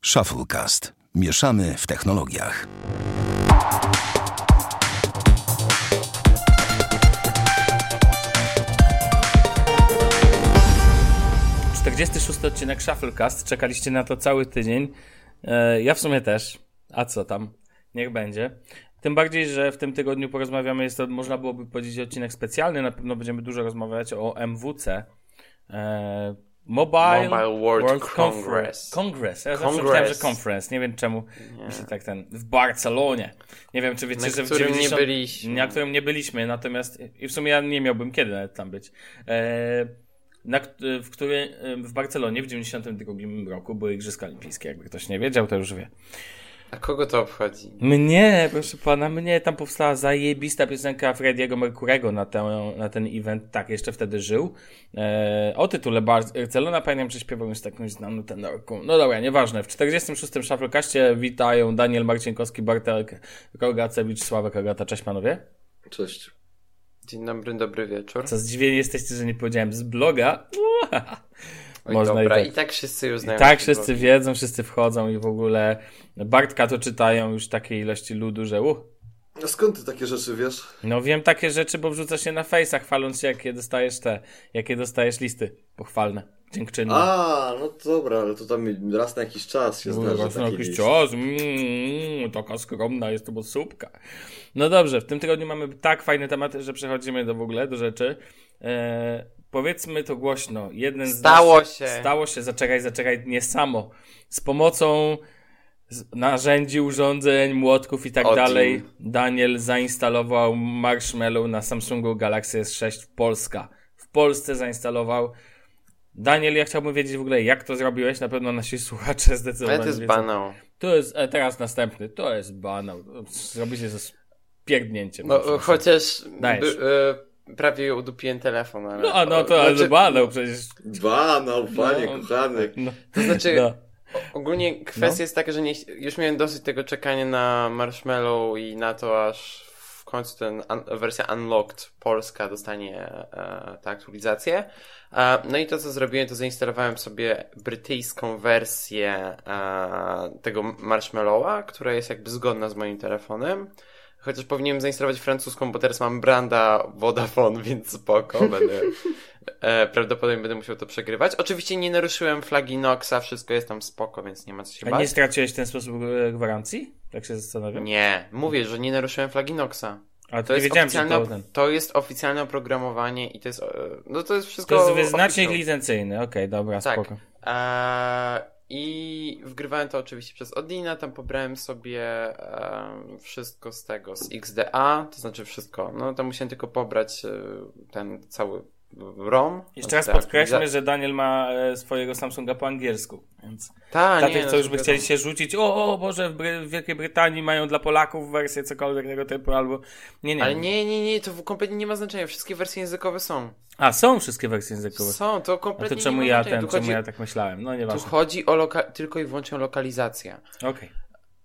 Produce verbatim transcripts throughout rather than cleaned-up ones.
Shufflecast. Mieszamy w technologiach. czterdziesty szósty odcinek Shufflecast. Czekaliście na to cały tydzień. Ja w sumie też. A co tam? Niech będzie. Tym bardziej, że w tym tygodniu porozmawiamy, jest to, można byłoby powiedzieć, odcinek specjalny. Na pewno będziemy dużo rozmawiać o M W C. E, Mobile, Mobile World, World Congress. Congress. Ja zawsze Congress. myślałem, że conference. Nie wiem czemu. Mi się tak ten... W Barcelonie. Nie wiem, czy wiecie, na że w którym dziewięćdziesiątym nie byliśmy. Na którym nie byliśmy. Natomiast i w sumie ja nie miałbym kiedy nawet tam być. E, na, w, który, w Barcelonie w dziewięćdziesiątym drugim roku były Igrzyska Olimpijskie. Jakby ktoś nie wiedział, to już wie. A kogo to obchodzi? Mnie, proszę pana, mnie tam powstała zajebista piosenka Freddie'ego Mercurego na, tę, na ten event. Tak, jeszcze wtedy żył. E, o tytule Barcelona, pamiętam, że śpiewał już taką znaną tenorką. No dobra, nieważne. W czterdziestym szóstym Shufflecaście witają Daniel Marcinkowski, Bartek Rogacewicz, Sławek Rogata. Cześć panowie. Cześć. Dzień dobry, dobry wieczór. Co zdziwieni jesteście, że nie powiedziałem z bloga. Oj, Można dobra, i tak. i tak wszyscy już znają. I tak wszyscy wiedzą, wszyscy wchodzą i w ogóle Bartka to czytają już takiej ilości ludu, że uh. A skąd ty takie rzeczy wiesz? No wiem takie rzeczy, bo wrzucasz się na Face'a, chwaląc się, jakie dostajesz te, jakie dostajesz listy pochwalne, dziękczynne. A, no to dobra, ale to tam raz na jakiś czas się No, zdarza raz na taki jakiś list. czas, mm, taka skromna jest to osóbka. No dobrze, w tym tygodniu mamy tak fajne tematy, że przechodzimy do w ogóle, do rzeczy. Eee, powiedzmy to głośno. Jeden z Stało nas, się. Stało się, zaczekaj, zaczekaj, nie samo. Z pomocą z narzędzi, urządzeń, młotków i tak O, dalej. team. Daniel zainstalował Marshmallow na Samsungu Galaxy S sześć w Polska. W Polsce zainstalował. Daniel, ja chciałbym wiedzieć w ogóle, jak to zrobiłeś. Na pewno nasi słuchacze Ale zdecydowanie to jest wiedzą. banał. To jest, e, teraz następny. To jest banał. Zrobi się ze spierdnięciem. No, chociaż Dajesz. by, e, prawie ją udupiłem telefon, ale... No, a no to ale znaczy, banał przecież. Banał, panie No, kochany. No, To znaczy, no. ogólnie kwestia No. jest taka, że nie, już miałem dosyć tego czekania na Marshmallow i na to, aż w końcu ten un, wersja Unlocked Polska dostanie e, tę aktualizację. E, no i to, co zrobiłem, to zainstalowałem sobie brytyjską wersję e, tego Marshmallowa, która jest jakby zgodna z moim telefonem. Chociaż powinienem zainstalować francuską, bo teraz mam branda Vodafone, więc spoko, będę, e, prawdopodobnie będę musiał to przegrywać. Oczywiście nie naruszyłem flagi Noxa, wszystko jest tam spoko, więc nie ma co się A bać. nie straciłeś w ten sposób e, gwarancji? Tak się zastanawiam. Nie, mówię, że nie naruszyłem flagi Noxa. A to, To nie jest, wiedziałem, że oficjalne, to ten. to jest oficjalne oprogramowanie i to jest, e, no to jest wszystko... To jest wyznacznik official. licencyjny. Okej, dobra, Tak. spoko. Eee, I wgrywałem to oczywiście przez Odina, tam pobrałem sobie e, wszystko z tego, z X D A, to znaczy wszystko, no tam musiałem tylko pobrać e, ten cały ROM. Jeszcze raz Znaczy, podkreślmy, aktualiza- że Daniel ma e, swojego Samsunga po angielsku, więc Ta, dla nie, tych, no co już to by wiadomo. chcieli się rzucić, o, o Boże, w, Bry- w Wielkiej Brytanii mają dla Polaków wersję cokolwiek tego typu, albo... Nie, nie. Ale nie, nie, nie, to kompletnie nie ma znaczenia, wszystkie wersje językowe są. A, są wszystkie wersje językowe. Są, to A kompletnie to czemu nie ma ja znaczenia. ten, Tu czemu chodzi, ja tak myślałem? No tu nieważne. chodzi o loka- tylko i wyłącznie o lokalizację. Okej.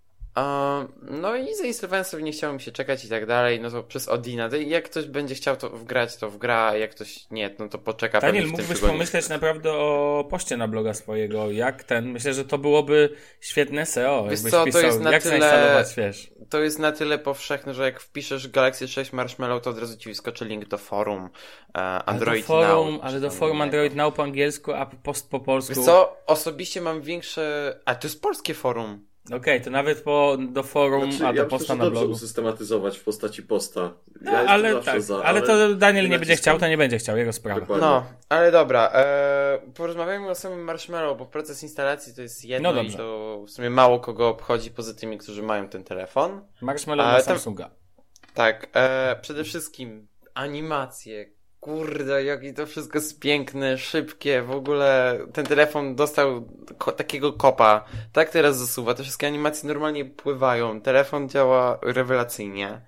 Um, no i zainstalowałem sobie, nie chciało mi się czekać i tak dalej, no to przez Odina. To jak ktoś będzie chciał to wgrać, to wgra, a jak ktoś nie, no to poczeka Daniel, pewnie w tym mógłbyś tygodniu. pomyśleć naprawdę o poście na bloga swojego, jak ten, myślę, że to byłoby świetne S E O, Wiesz jakbyś co, to pisał, jest na jak tyle- zainstalować, wiesz. To jest na tyle powszechne, że jak wpiszesz Galaxy sześć Marshmallow, to od razu ci wyskoczy link do forum e, Android ale do forum, Now. ale czy do tam forum innego. Android Now po angielsku, a post po polsku. Wiesz co, osobiście mam większe... A, to jest polskie forum. Okej, to nawet po, do forum, Znaczy, a do ja posta myślę, że na dobrze blogu. usystematyzować w postaci posta. Ja No, jestem ale zawsze tak, za, ale to Daniel nie nie będzie naciskam. chciał, to nie będzie chciał, jego sprawa. Dokładnie. No, ale dobra, e, porozmawiajmy o samym Marshmallow, bo proces instalacji to jest jedno No i dobrze. to w sumie mało kogo obchodzi poza tymi, którzy mają ten telefon. Marshmallow Ale na tam- Samsunga. Tak, e, przede wszystkim animacje. Kurde, jaki to wszystko jest piękne, szybkie, w ogóle ten telefon dostał ko- takiego kopa. Tak teraz zasuwa, te wszystkie animacje normalnie pływają, telefon działa rewelacyjnie.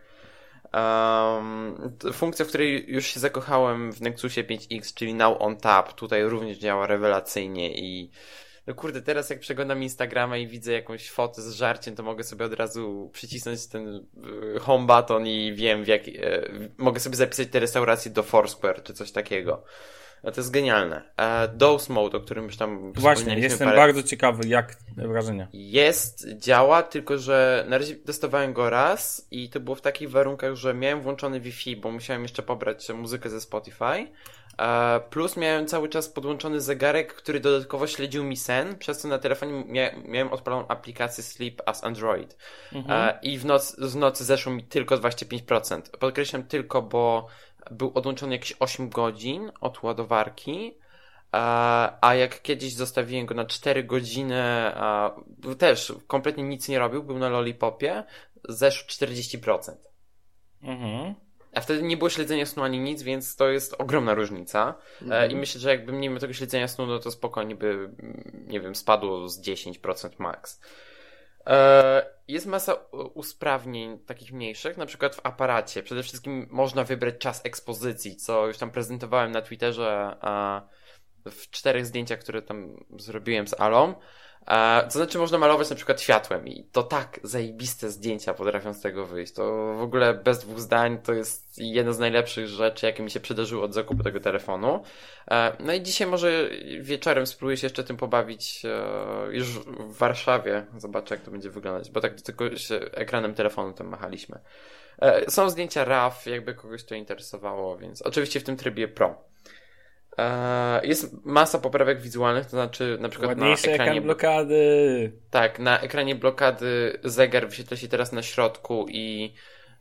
Um, t- funkcja, w której już się zakochałem w Nexusie pięć X, czyli Now on Tap, tutaj również działa rewelacyjnie i no kurde, teraz jak przeglądam Instagrama i widzę jakąś fotę z żarciem, to mogę sobie od razu przycisnąć ten y, home button i wiem w jak, y, mogę sobie zapisać te restauracje do Foursquare czy coś takiego. To jest genialne. E, Dose Mode, o którym już tam Właśnie, jestem parę... bardzo ciekawy, jak wrażenia. Jest, działa, tylko że na razie testowałem go raz i to było w takich warunkach, że miałem włączony Wi-Fi, bo musiałem jeszcze pobrać muzykę ze Spotify. E, plus miałem cały czas podłączony zegarek, który dodatkowo śledził mi sen, przez co na telefonie mia- miałem odpaloną aplikację Sleep as Android. Mhm. E, I w nocy, z nocy zeszło mi tylko dwadzieścia pięć procent. Podkreślam tylko, bo był odłączony jakieś osiem godzin od ładowarki, a, a jak kiedyś zostawiłem go na cztery godziny, a, też kompletnie nic nie robił, był na lollipopie, zeszło czterdzieści procent. Mhm. A wtedy nie było śledzenia snu ani nic, więc to jest ogromna różnica. Mhm. E, I myślę, że jakbym nie miał tego śledzenia snu, no to spokojnie by, nie wiem, spadło z dziesięć procent max. Jest masa usprawnień takich mniejszych, na przykład w aparacie. Przede wszystkim można wybrać czas ekspozycji, co już tam prezentowałem na Twitterze w czterech zdjęciach, które tam zrobiłem z Alą. To znaczy można malować na przykład światłem i to tak zajebiste zdjęcia potrafią z tego wyjść. To w ogóle bez dwóch zdań to jest jedna z najlepszych rzeczy, jakie mi się przydarzyły od zakupu tego telefonu. No i dzisiaj może wieczorem spróbuję się jeszcze tym pobawić już w Warszawie. Zobaczę, jak to będzie wyglądać, bo tak tylko się ekranem telefonu tam machaliśmy. Są zdjęcia R A W, jakby kogoś to interesowało, więc oczywiście w tym trybie Pro. Jest masa poprawek wizualnych, to znaczy na przykład ładniejszy na ekranie ekran blokady. Tak, na ekranie blokady zegar wyświetla się teraz na środku i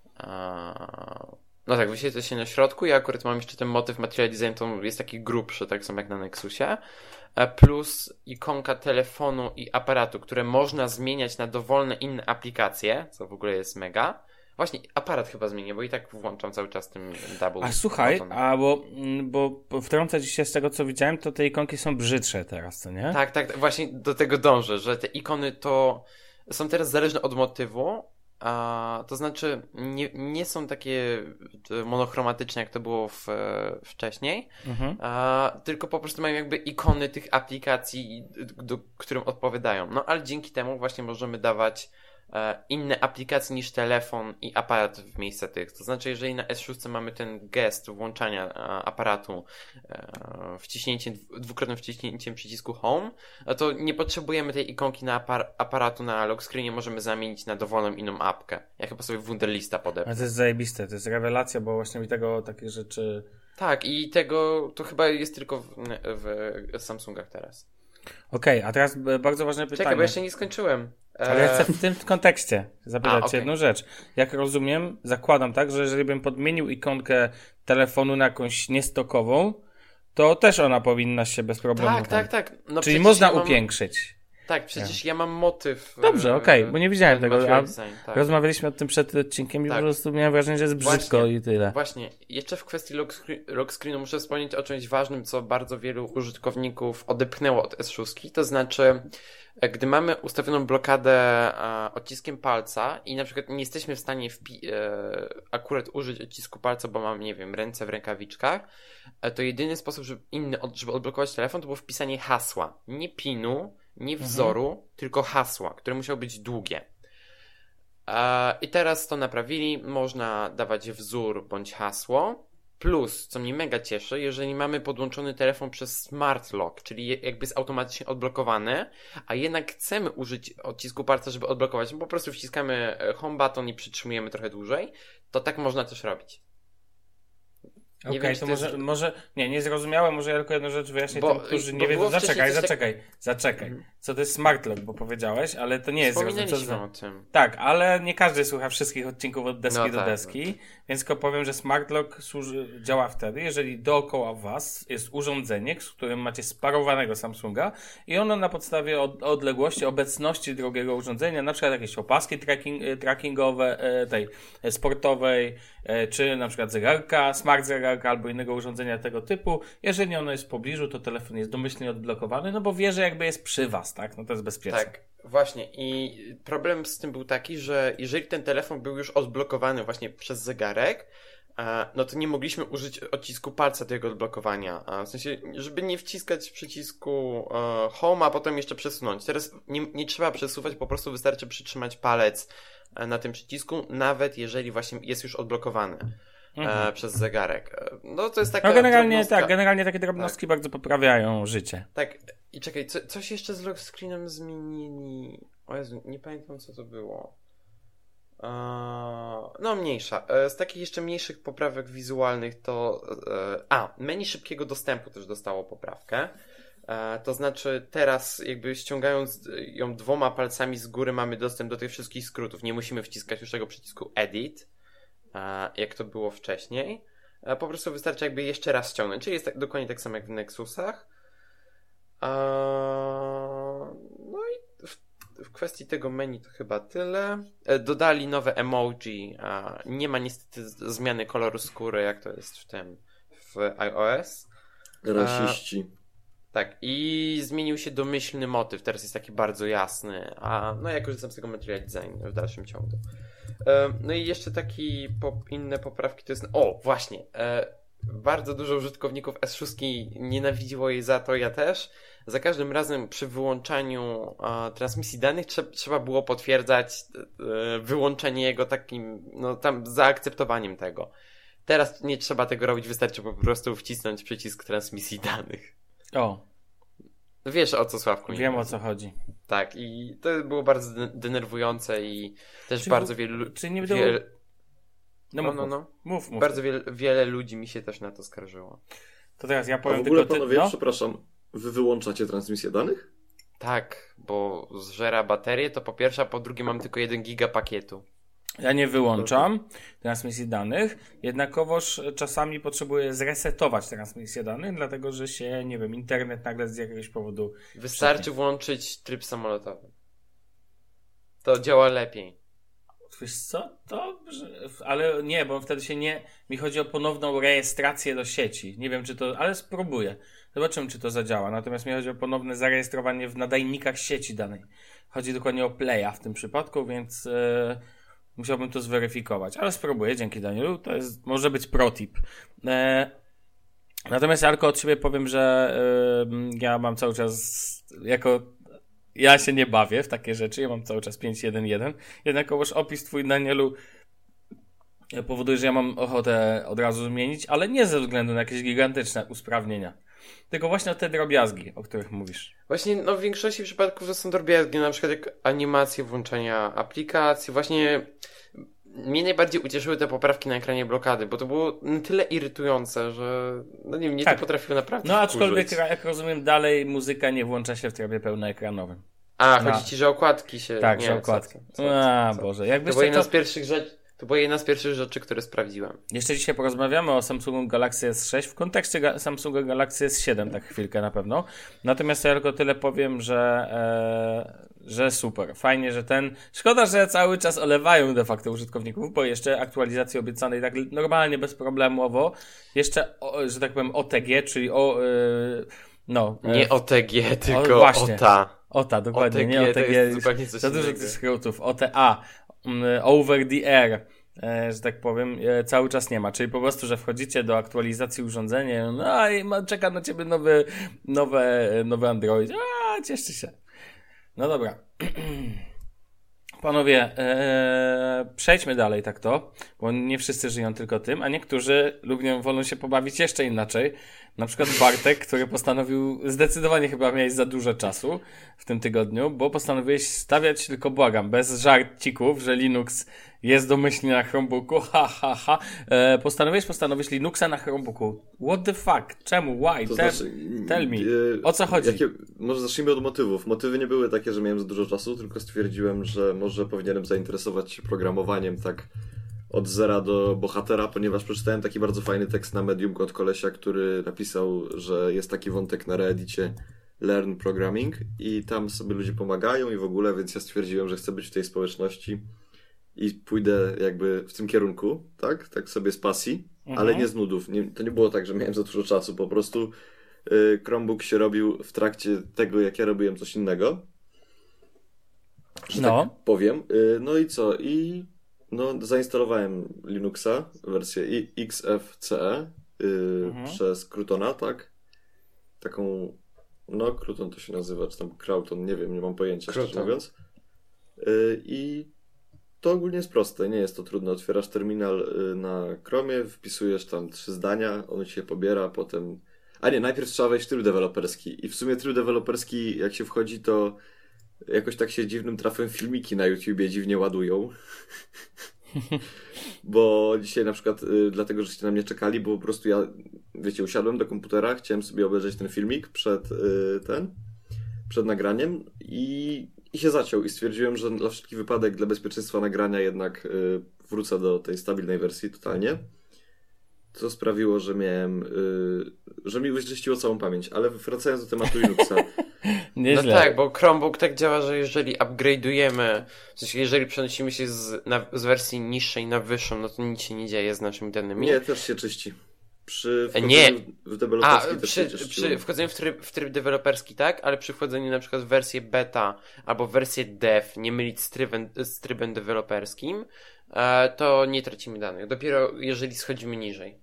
no tak, wyświetla się na środku. Ja akurat mam jeszcze ten motyw Material Design, to jest taki grubszy, tak samo jak na Nexusie. Plus ikonka telefonu i aparatu, które można zmieniać na dowolne inne aplikacje, co w ogóle jest mega. Właśnie, aparat chyba zmienię, bo i tak włączam cały czas tym double. A słuchaj, a bo, bo wtrącę ci się z tego, co widziałem, to te ikonki są brzydsze teraz, co nie? Tak, tak, właśnie do tego dążę, że te ikony to są teraz zależne od motywu, a to znaczy nie, nie są takie monochromatyczne, jak to było w, wcześniej, mhm. a, tylko po prostu mają jakby ikony tych aplikacji, do, którym odpowiadają. No ale dzięki temu właśnie możemy dawać inne aplikacje niż telefon i aparat w miejsce tych. To znaczy, jeżeli na S sześć mamy ten gest włączania aparatu wciśnięciem, dwukrotnym wciśnięciem przycisku Home, to nie potrzebujemy tej ikonki na apar- aparatu na lock screenie, możemy zamienić na dowolną inną apkę. Ja chyba sobie Wunderlista podepnę. Ale to jest zajebiste, to jest rewelacja, bo właśnie mi tego takie rzeczy... Tak, i tego to chyba jest tylko w, w Samsungach teraz. Okej, okay, a teraz bardzo ważne pytanie. Czekaj, bo jeszcze nie skończyłem. Ale ja chcę w tym kontekście zapytać A, okay. jedną rzecz. Jak rozumiem, zakładam tak, że jeżeli bym podmienił ikonkę telefonu na jakąś niestokową, to też ona powinna się bez problemu... Tak, tak, tak. No czyli można ja mam... upiększyć. Tak, przecież ja, ja mam motyw... Dobrze, okej, okay, bo nie widziałem tego. A design, tak. Rozmawialiśmy o tym przed odcinkiem i tak. Po prostu miałem wrażenie, że jest brzydko właśnie, i tyle. Właśnie, jeszcze w kwestii lock, screen, lock screenu muszę wspomnieć o czymś ważnym, co bardzo wielu użytkowników odepchnęło od S sześć, to znaczy, gdy mamy ustawioną blokadę e, odciskiem palca i na przykład nie jesteśmy w stanie wpi- e, akurat użyć odcisku palca, bo mamy, nie wiem, ręce w rękawiczkach, e, to jedyny sposób, żeby, inny, żeby odblokować telefon, to było wpisanie hasła. Nie pinu, nie wzoru, mhm. tylko hasła, które musiało być długie. E, I teraz to naprawili, można dawać wzór bądź hasło, plus, co mnie mega cieszy, jeżeli mamy podłączony telefon przez Smart Lock, czyli jakby jest automatycznie odblokowany, a jednak chcemy użyć odcisku palca, żeby odblokować, bo po prostu wciskamy home button i przytrzymujemy trochę dłużej, to tak można też robić. Okej, okay, to, to może, jest... może, nie, nie zrozumiałem, może ja tylko jedną rzecz wyjaśnię bo, tym, którzy nie wiedzą. Zaczekaj, zaczekaj, tak... zaczekaj. Co to jest Smart Lock, bo powiedziałeś, ale to nie jest... Wspominaliśmy o tym. Tak, ale nie każdy słucha wszystkich odcinków od deski no do tak, deski, no. Więc tylko powiem, że Smart Lock służy, działa wtedy, jeżeli dookoła was jest urządzenie, z którym macie sparowanego Samsunga i ono na podstawie od, odległości, obecności drugiego urządzenia, na przykład jakieś opaski tracking, trackingowe, tej sportowej, czy na przykład zegarka, smart zegarka albo innego urządzenia tego typu, jeżeli ono jest w pobliżu, to telefon jest domyślnie odblokowany, no bo wie, że jakby jest przy was, tak? No to jest bezpieczne. Tak, właśnie i problem z tym był taki, że jeżeli ten telefon był już odblokowany właśnie przez zegarek, no to nie mogliśmy użyć odcisku palca do jego odblokowania. W sensie, żeby nie wciskać przycisku home, a potem jeszcze przesunąć. Teraz nie, nie trzeba przesuwać, po prostu wystarczy przytrzymać palec na tym przycisku, nawet jeżeli właśnie jest już odblokowany. mhm. e, przez zegarek. No to jest taka No generalnie drobnostka. tak, generalnie takie drobnostki tak. bardzo poprawiają życie. Tak, i czekaj, co, coś jeszcze z lock screenem zmienili. O Jezu, nie pamiętam co to było. Eee, no mniejsza. E, z takich jeszcze mniejszych poprawek wizualnych to... E, a, menu szybkiego dostępu też dostało poprawkę. E, to znaczy teraz jakby ściągając ją dwoma palcami z góry mamy dostęp do tych wszystkich skrótów. Nie musimy wciskać już tego przycisku Edit, e, jak to było wcześniej. E, po prostu wystarczy jakby jeszcze raz ściągnąć. Czyli jest tak, dokładnie tak samo jak w Nexusach. E, no i w, w kwestii tego menu to chyba tyle. E, dodali nowe emoji. E, nie ma niestety z- zmiany koloru skóry, jak to jest w tym w iOS. Rasiści. E, Tak, i zmienił się domyślny motyw, teraz jest taki bardzo jasny, a no ja korzystam z tego material design w dalszym ciągu. E, no i jeszcze taki po, inne poprawki to jest, o właśnie, e, bardzo dużo użytkowników S sześć nienawidziło jej za to, ja też. Za każdym razem przy wyłączaniu e, transmisji danych trze- trzeba było potwierdzać e, wyłączenie jego takim, no tam zaakceptowaniem tego. Teraz nie trzeba tego robić, wystarczy po prostu wcisnąć przycisk transmisji danych. O, Wiesz o co, Sławku? wiem o co chodzi. Tak, i to było bardzo de- denerwujące i też Czyli bardzo w- wielu... Czy nie było... wiele, No, no, mów, no, mów, no. mów, mów. Bardzo wiele, wiele ludzi mi się też na to skarżyło. To teraz ja A w powiem ogóle, tylko... Ty... panowie, No? przepraszam, wy wyłączacie transmisję danych? Tak, bo zżera baterię, to po pierwsze, a po drugie mam tylko jeden giga pakietu. Ja nie wyłączam transmisji danych, jednakowoż czasami potrzebuję zresetować transmisję danych, dlatego że się, nie wiem, internet nagle z jakiegoś powodu... Wystarczy Przytnie. włączyć tryb samolotowy. To działa lepiej. Wiesz co? Dobrze, ale nie, bo wtedy się nie... Mi chodzi o ponowną rejestrację do sieci. Nie wiem, czy to... Ale spróbuję. Zobaczymy, czy to zadziała. Natomiast mi chodzi o ponowne zarejestrowanie w nadajnikach sieci danej. Chodzi dokładnie o Playa w tym przypadku, więc... Yy... Musiałbym to zweryfikować, ale spróbuję, dzięki Danielu, to jest, może być protip. E, natomiast ja tylko od siebie powiem, że e, ja mam cały czas, jako, ja się nie bawię w takie rzeczy, ja mam cały czas pięć jeden jeden, jednakowoż opis twój, Danielu, powoduje, że ja mam ochotę od razu zmienić, ale nie ze względu na jakieś gigantyczne usprawnienia, tylko właśnie o te drobiazgi, o których mówisz. Właśnie, no w większości przypadków to są drobiazgi, na przykład jak animacje włączenia aplikacji. Właśnie mnie najbardziej ucieszyły te poprawki na ekranie blokady, bo to było na tyle irytujące, że no nie wiem, mnie Tak. to potrafiło naprawdę No aczkolwiek, wkurzyć. jak rozumiem, dalej muzyka nie włącza się w trybie pełnoekranowym. A, Na- chodzi ci, że okładki się... Tak, nie, że co okładki. ty, co ty, A, co ty. Boże, To jakbyś była jedna to... z pierwszych rzeczy, to była jedna z pierwszych rzeczy, które sprawdziłem. Jeszcze dzisiaj porozmawiamy o Samsungu Galaxy S sześć w kontekście ga- Samsunga Galaxy S siedem, tak chwilkę na pewno. Natomiast ja tylko tyle powiem, że, e, że super. Fajnie, że ten... Szkoda, że cały czas olewają de facto użytkowników, bo jeszcze aktualizacji obiecanej tak normalnie, bezproblemowo. Jeszcze, o, że tak powiem, O T G, czyli o... E, no... e, Nie O T G, tylko właśnie. O T A. O T A, dokładnie, O T G nie O T G. to jest zupełnie coś Za dużo innego. tych skrótów. O T A, um, over the air, e, że tak powiem, e, cały czas nie ma. Czyli po prostu, że wchodzicie do aktualizacji urządzenia, no i ma, czeka na ciebie nowy, nowe, nowy Android. A, cieszcie się. No dobra. Panowie, e, przejdźmy dalej tak to, bo nie wszyscy żyją tylko tym, a niektórzy lubią, wolą się pobawić jeszcze inaczej. Na przykład Bartek, który postanowił, zdecydowanie chyba miałeś za dużo czasu w tym tygodniu, bo postanowiłeś stawiać, tylko błagam, bez żarcików, że Linux jest domyślnie na Chromebooku, ha, ha, ha. E, postanowiłeś postanowić Linuxa na Chromebooku. What the fuck? Czemu? Why? To Tell, znaczy, tell me. e, O co chodzi? Jakie, może zacznijmy od motywów. Motywy nie były takie, że miałem za dużo czasu, tylko stwierdziłem, że może powinienem zainteresować się programowaniem tak od zera do bohatera, ponieważ przeczytałem taki bardzo fajny tekst na Medium od kolesia, który napisał, że jest taki wątek na Reddicie Learn Programming i tam sobie ludzie pomagają i w ogóle, więc ja stwierdziłem, że chcę być w tej społeczności i pójdę jakby w tym kierunku, tak? Tak sobie z pasji, Mhm. ale nie z nudów. Nie, to nie było tak, że miałem za dużo czasu, po prostu y, Chromebook się robił w trakcie tego, jak ja robiłem coś innego. Że No. tak powiem. Y, no i co? I no, zainstalowałem Linuxa, wersję i- X F C E y, Mhm. przez Croutona, tak? Taką, no Crouton to się nazywa, czy tam Krauton, nie wiem, nie mam pojęcia, szczerze Crouton. mówiąc. Y, I to ogólnie jest proste, nie jest to trudne. Otwierasz terminal na Chromie, wpisujesz tam trzy zdania, on się pobiera, potem... A nie, najpierw trzeba wejść w tryb deweloperski. I w sumie tryb deweloperski, jak się wchodzi, to jakoś tak się dziwnym trafem filmiki na YouTubie dziwnie ładują. Bo dzisiaj na przykład, y, dlatego żeście na mnie czekali, bo po prostu ja, wiecie, usiadłem do komputera, chciałem sobie obejrzeć ten filmik przed y, ten, przed nagraniem i, i się zaciął. I stwierdziłem, że dla wszelki wypadek, dla bezpieczeństwa nagrania jednak y, wrócę do tej stabilnej wersji totalnie. Co sprawiło, że miałem, y, że mi wyczyściło całą pamięć. Ale wracając do tematu Linuxa. No tak, bo Chromebook tak działa, że jeżeli upgrade'ujemy, w sensie jeżeli przenosimy się z, na, z wersji niższej na wyższą, no to nic się nie dzieje z naszymi danymi. Nie, też się czyści. Przy wchodzeniu nie. w deweloperski A, też przy, się przy wchodzeniu w tryb, w tryb deweloperski, tak? Ale przy wchodzeniu na przykład w wersję beta albo w wersję dev, nie mylić z trybem, z trybem deweloperskim, e, to nie tracimy danych. Dopiero jeżeli schodzimy niżej.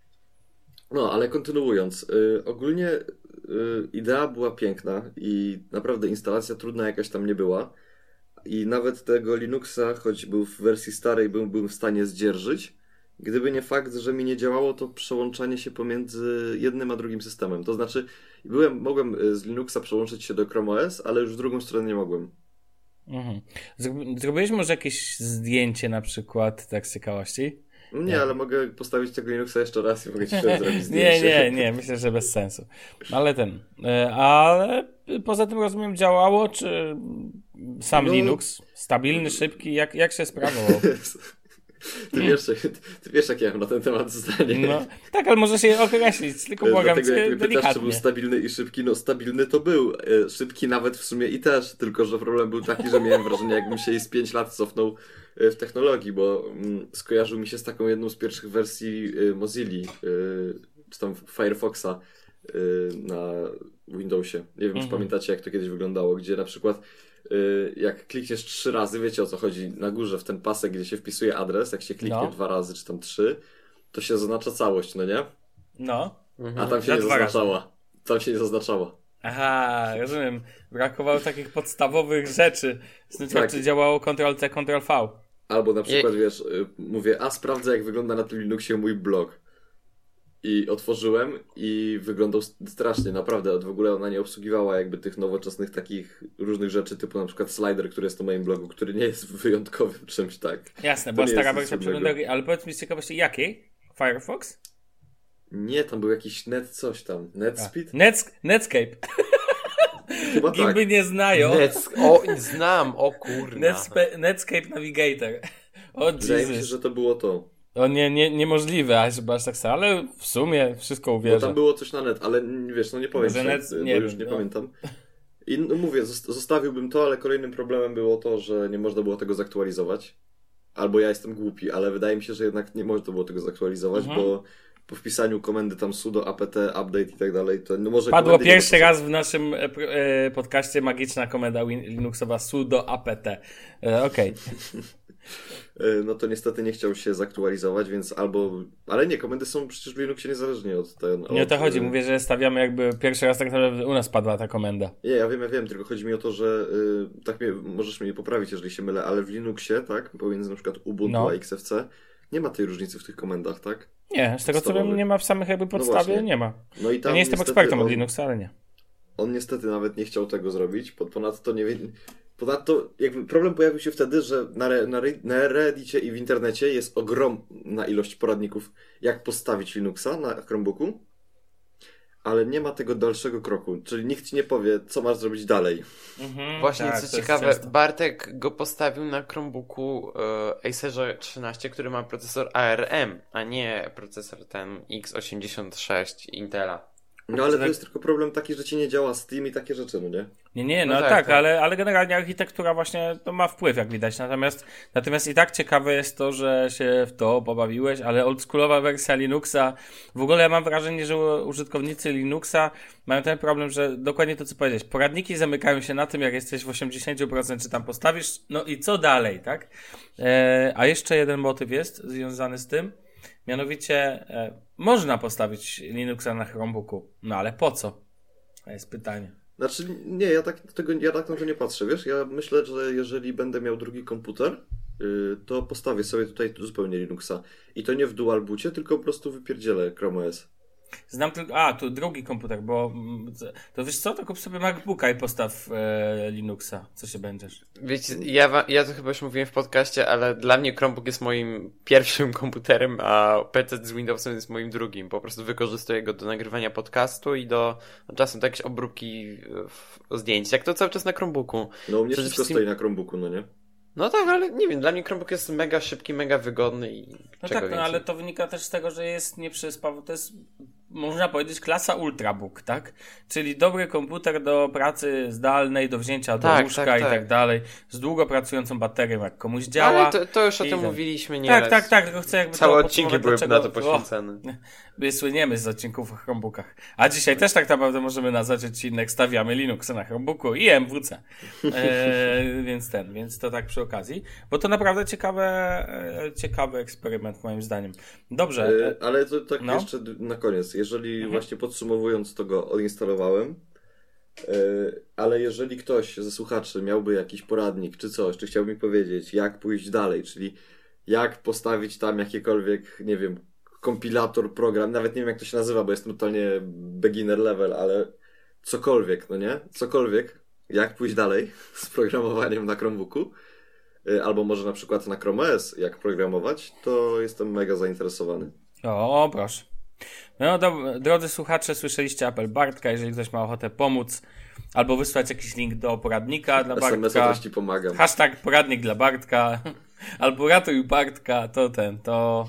No, ale kontynuując, y, ogólnie y, idea była piękna i naprawdę instalacja trudna jakaś tam nie była i nawet tego Linuxa, choć był w wersji starej, byłbym w stanie zdzierżyć, gdyby nie fakt, że mi nie działało to przełączanie się pomiędzy jednym a drugim systemem. To znaczy, byłem, mogłem z Linuxa przełączyć się do Chrome O S, ale już w drugą stronę nie mogłem. Mhm. Zrobiłeś może jakieś zdjęcie na przykład, tak z ciekawości? Nie, Nie. ale mogę postawić tego Linuxa jeszcze raz i mogę ci wtedy zrobić zdjęcie. Nie, nie, nie, myślę, że bez sensu. Ale ten, ale poza tym rozumiem działało, czy sam No. Linux, stabilny, szybki, jak, jak się sprawował? Ty wiesz, ty wiesz, jakie ja mam na ten temat zdanie. No, tak, ale może się określić, tylko błagam Dlatego cię jak mnie pytasz, czy delikatnie. był stabilny i szybki, no stabilny to był. E, Szybki nawet w sumie i też, tylko że problem był taki, że miałem wrażenie, jakbym się i z pięć lat cofnął e, w technologii, bo mm, skojarzył mi się z taką jedną z pierwszych wersji e, Mozilli, e, czy tam Firefoxa e, na Windowsie. Nie wiem, Mhm. czy pamiętacie, jak to kiedyś wyglądało, gdzie na przykład y, jak klikniesz trzy razy, wiecie o co chodzi, na górze w ten pasek, gdzie się wpisuje adres, jak się kliknie No. dwa razy, czy tam trzy, to się zaznacza całość, no nie? No. A tam się Na nie dwa razy. zaznaczała. Tam się nie zaznaczała. Aha, rozumiem. Brakowało takich podstawowych rzeczy. Znaczy, Tak. czy działało kontrol C, kontrol V. Albo na przykład, wiesz, y, mówię, a sprawdzę, jak wygląda na tym Linuxie mój blog. I otworzyłem i wyglądał strasznie, naprawdę. W ogóle ona nie obsługiwała jakby tych nowoczesnych takich różnych rzeczy, typu na przykład slider, który jest na moim blogu, który nie jest wyjątkowym czymś, tak. Jasne, To była nie stara jest nic wersja trudnego. przeglądarki, ale powiedz mi z ciekawości, jakiej? Firefox? Nie, tam był jakiś net coś tam. NetSpeed? Nets, Netscape. Chyba tak. Gimby nie znają. Nets, o, znam, o kurna. Netspe, Netscape Navigator. O Wydaje mi się, Jesus. że to było to. O nie, nie, niemożliwe, aż żeby aż tak samo, ale w sumie wszystko Bo uwierzę. tam było coś na net, ale n- wiesz, no nie powiem, Może że, net- bo nie już wiem, nie no. pamiętam. I no, mówię, zost- zostawiłbym to, ale kolejnym problemem było to, że nie można było tego zaktualizować. Albo ja jestem głupi, ale wydaje mi się, że jednak nie można było tego zaktualizować, Mhm. bo po wpisaniu komendy tam sudo apt, update i tak dalej, to no może Padło komendy nie pierwszy dopuszczą. raz w naszym e, pro- e, podcaście magiczna komenda win- Linuxowa sudo apt. E, Okej. Y, No to niestety nie chciał się zaktualizować, więc albo... Ale nie, komendy są przecież w Linuxie niezależnie od... Ten, Nie o od, to chodzi, y, mówię, że stawiamy jakby pierwszy raz tak naprawdę u nas padła ta komenda. Nie, ja wiem, ja wiem, tylko chodzi mi o to, że y, tak mnie, możesz mnie poprawić, jeżeli się mylę, ale w Linuxie, tak, pomiędzy na przykład Ubuntu No. a X F C, nie ma tej różnicy w tych komendach, tak? Nie, z tego co wiem Podstawowych. nie ma w samych jakby podstawie, właśnie. nie ma. No i Ja tam nie jestem niestety ekspertem on, od Linuxa, ale nie. on niestety nawet nie chciał tego zrobić, po- ponadto nie wie... Ponadto jakby problem pojawił się wtedy, że na, re, na, re, na Reddicie i w internecie jest ogromna ilość poradników, jak postawić Linuxa na Chromebooku, ale nie ma tego dalszego kroku, czyli nikt ci nie powie, co masz zrobić dalej. Mhm, Właśnie, tak, co to jest ciekawe, często. Bartek go postawił na Chromebooku e, Acerze trzynaście, który ma procesor A R M, a nie procesor ten X osiemdziesiąt sześć Intela. No ale tak- to jest tylko problem taki, że ci nie działa Steam i takie rzeczy, no nie? Nie, nie, no, No tak, tak, tak. Ale, ale generalnie architektura właśnie to ma wpływ, jak widać. Natomiast, natomiast i tak ciekawe jest to, że się w to pobawiłeś, ale oldschoolowa wersja Linuxa, w ogóle ja mam wrażenie, że użytkownicy Linuxa mają ten problem, że dokładnie to, co powiedziałeś, poradniki zamykają się na tym, jak jesteś w osiemdziesiąt procent, czy tam postawisz, no i co dalej, tak? E, a jeszcze jeden motyw jest związany z tym, mianowicie e, można postawić Linuxa na Chromebooku, no ale po co? To jest pytanie. Znaczy, nie, ja tak, tego, ja tak na to nie patrzę, wiesz? Ja myślę, że jeżeli będę miał drugi komputer, yy, to postawię sobie tutaj zupełnie Linuxa. I to nie w dual boocie, tylko po prostu wypierdzielę Chrome O S. Znam tylko, a tu drugi komputer, bo to wiesz co, to kup sobie MacBooka i postaw e, Linuxa, co się będziesz. Wiecie, ja, wa- ja to chyba już mówiłem w podcaście, ale dla mnie Chromebook jest moim pierwszym komputerem, a P C z Windowsem jest moim drugim. Po prostu wykorzystuję go do nagrywania podcastu i do no, czasem do jakiejś obróbki w, zdjęć. Jak to cały czas na Chromebooku. No u mnie Przede wszystko wszystkim- stoi na Chromebooku, no nie? No tak, ale nie wiem, dla mnie Chromebook jest mega szybki, mega wygodny i No czego tak, no więcej. ale to wynika też z tego, że jest nieprzyspawy, to jest, można powiedzieć, klasa Ultrabook, tak? Czyli dobry komputer do pracy zdalnej, do wzięcia do Tak, łóżka tak, i tak. tak dalej, z długo pracującą baterią, jak komuś działa. Ale to, to już o i tym ten- mówiliśmy nie Tak, raz. tak, tak, tylko chcę jakby Całe to odcinki podsumować, były na to dlaczego- poświęcone. O, my słyniemy z odcinków o Chromebookach. A dzisiaj też tak naprawdę możemy nazwać odcinek Stawiamy Linuxa na Chromebooku i M W C. E, więc ten, więc to tak przy okazji. Bo to naprawdę ciekawe, e, ciekawy eksperyment moim zdaniem. Dobrze. Yy, ale to tak no. jeszcze d- na koniec. Jeżeli Mhm. właśnie podsumowując, to go odinstalowałem. Yy, ale jeżeli ktoś ze słuchaczy miałby jakiś poradnik czy coś, czy chciałby mi powiedzieć, jak pójść dalej, czyli jak postawić tam jakiekolwiek, nie wiem, kompilator, program, nawet nie wiem jak to się nazywa, bo jestem totalnie beginner level, ale cokolwiek, no nie? Cokolwiek, jak pójść dalej z programowaniem na Chromebooku, yy, albo może na przykład na Chrome O S, jak programować, to jestem mega zainteresowany. O, proszę. No, do, drodzy słuchacze, słyszeliście apel Bartka. Jeżeli ktoś ma ochotę pomóc albo wysłać jakiś link do poradnika dla S M S-a Bartka, też ci pomagam. hashtag poradnik dla Bartka albo ratuj Bartka, to ten, to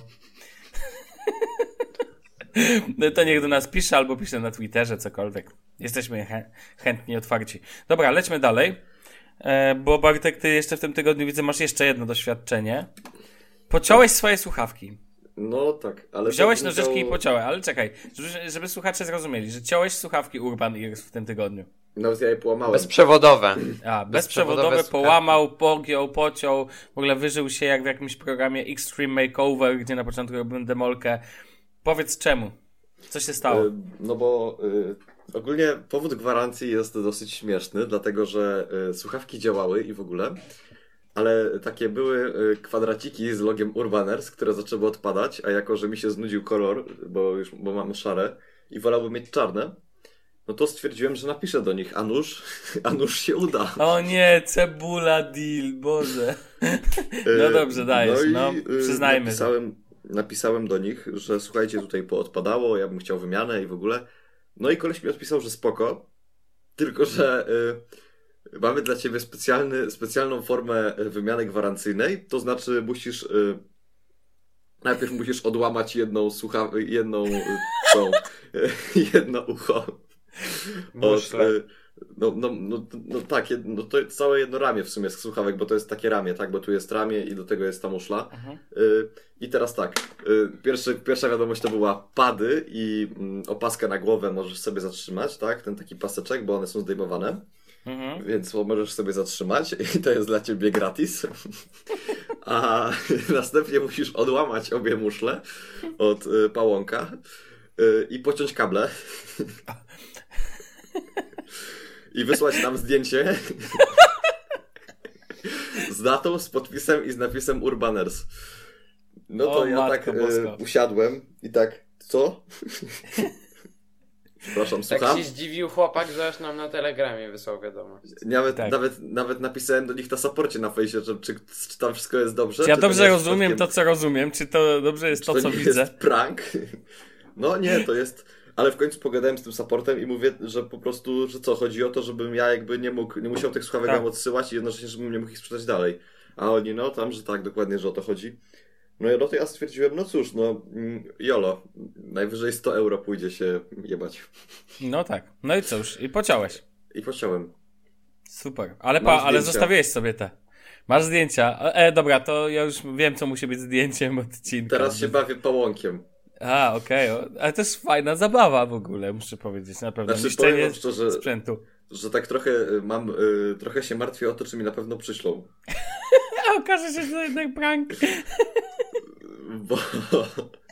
no to niech do nas pisze albo pisze na Twitterze, cokolwiek. Jesteśmy chę- chętni, otwarci. Dobra, lećmy dalej, e, bo Bartek, ty jeszcze w tym tygodniu widzę, masz jeszcze jedno doświadczenie. Pociąłeś swoje słuchawki. No tak, ale... Wziąłeś to nożyczki musiało- i pociąłeś, ale czekaj, żeby, żeby słuchacze zrozumieli, że ciąłeś słuchawki Urban Ears w tym tygodniu. Nawet ja je połamałem. Bezprzewodowe. A, Bezprzewodowe bezprzewodowe, słuchawki. połamał, pogiął, pociął, w ogóle wyżył się jak w jakimś programie Extreme Makeover, gdzie na początku robiłem demolkę. Powiedz czemu? Co się stało? Y, No bo y, ogólnie powód gwarancji jest dosyć śmieszny, dlatego że y, słuchawki działały i w ogóle, ale takie były y, kwadraciki z logiem Urbaners, które zaczęły odpadać, a jako, że mi się znudził kolor, bo już bo mamy szare i wolałbym mieć czarne, no to stwierdziłem, że napiszę do nich, a nuż, a nuż się uda. O nie, cebula deal, Boże. No dobrze, dajesz, no, y, przyznajmy. Napisałem, napisałem do nich, że słuchajcie, tutaj poodpadało, ja bym chciał wymianę i w ogóle. No i koleś mi odpisał, że spoko, tylko że y, mamy dla ciebie specjalny, specjalną formę wymiany gwarancyjnej, to znaczy musisz y, najpierw musisz odłamać jedną słuchawkę, jedną y, tą, y, jedno ucho. Muszle. y, No, no, no, no tak, jed- no to jest całe jedno ramię w sumie z słuchawek, bo to jest takie ramię, tak, bo tu jest ramię i do tego jest ta muszla. Mhm. Y, I teraz tak, y, pierwszy, pierwsza wiadomość to była pady i mm, opaskę na głowę możesz sobie zatrzymać, tak, ten taki paseczek, bo one są zdejmowane, Mhm. więc możesz sobie zatrzymać i to jest dla ciebie gratis. A następnie musisz odłamać obie muszle od y, pałąka y, i pociąć kable. I wysłać nam zdjęcie z datą, z podpisem i z napisem Urbaners. No to O, ja tak Matko Boska. e, usiadłem i tak, co? Przepraszam, Tak słucham? się zdziwił chłopak, że aż nam na Telegramie wysłał wiadomość. Nawet, Tak. nawet, nawet napisałem do nich na saporcie na fejsie, że czy, czy tam wszystko jest dobrze. Czy ja czy to dobrze nie jest rozumiem to, przypadkiem- co rozumiem? Czy to dobrze jest czy to, to co nie widzę? jest prank? No nie, to jest... Ale w końcu pogadałem z tym supportem i mówię, że po prostu, że co, chodzi o to, żebym ja jakby nie mógł, nie musiał tych słuchawek Tak. nam odsyłać i jednocześnie, żebym nie mógł ich sprzedać dalej. A oni, no tam, że tak, dokładnie, że o to chodzi. No i no to ja stwierdziłem, no cóż, no mm, jolo, najwyżej sto euro pójdzie się jebać. No tak. No i cóż, i pociąłeś. I pociąłem. Super. Ale, Mam pa, ale zdjęcia. zostawiłeś sobie te. Masz zdjęcia. E, dobra, to ja już wiem, co musi być zdjęciem odcinka. Teraz się bawię pałąkiem. A, okej. o- Ale to jest fajna zabawa w ogóle, muszę powiedzieć. Na pewno. Znaczy, powiem Niszczenie wam szczerze, sprzętu. że tak trochę y, mam, y, trochę się martwię o to, czy mi na pewno przyślą. A okaże się, że to jednak prank. Bo,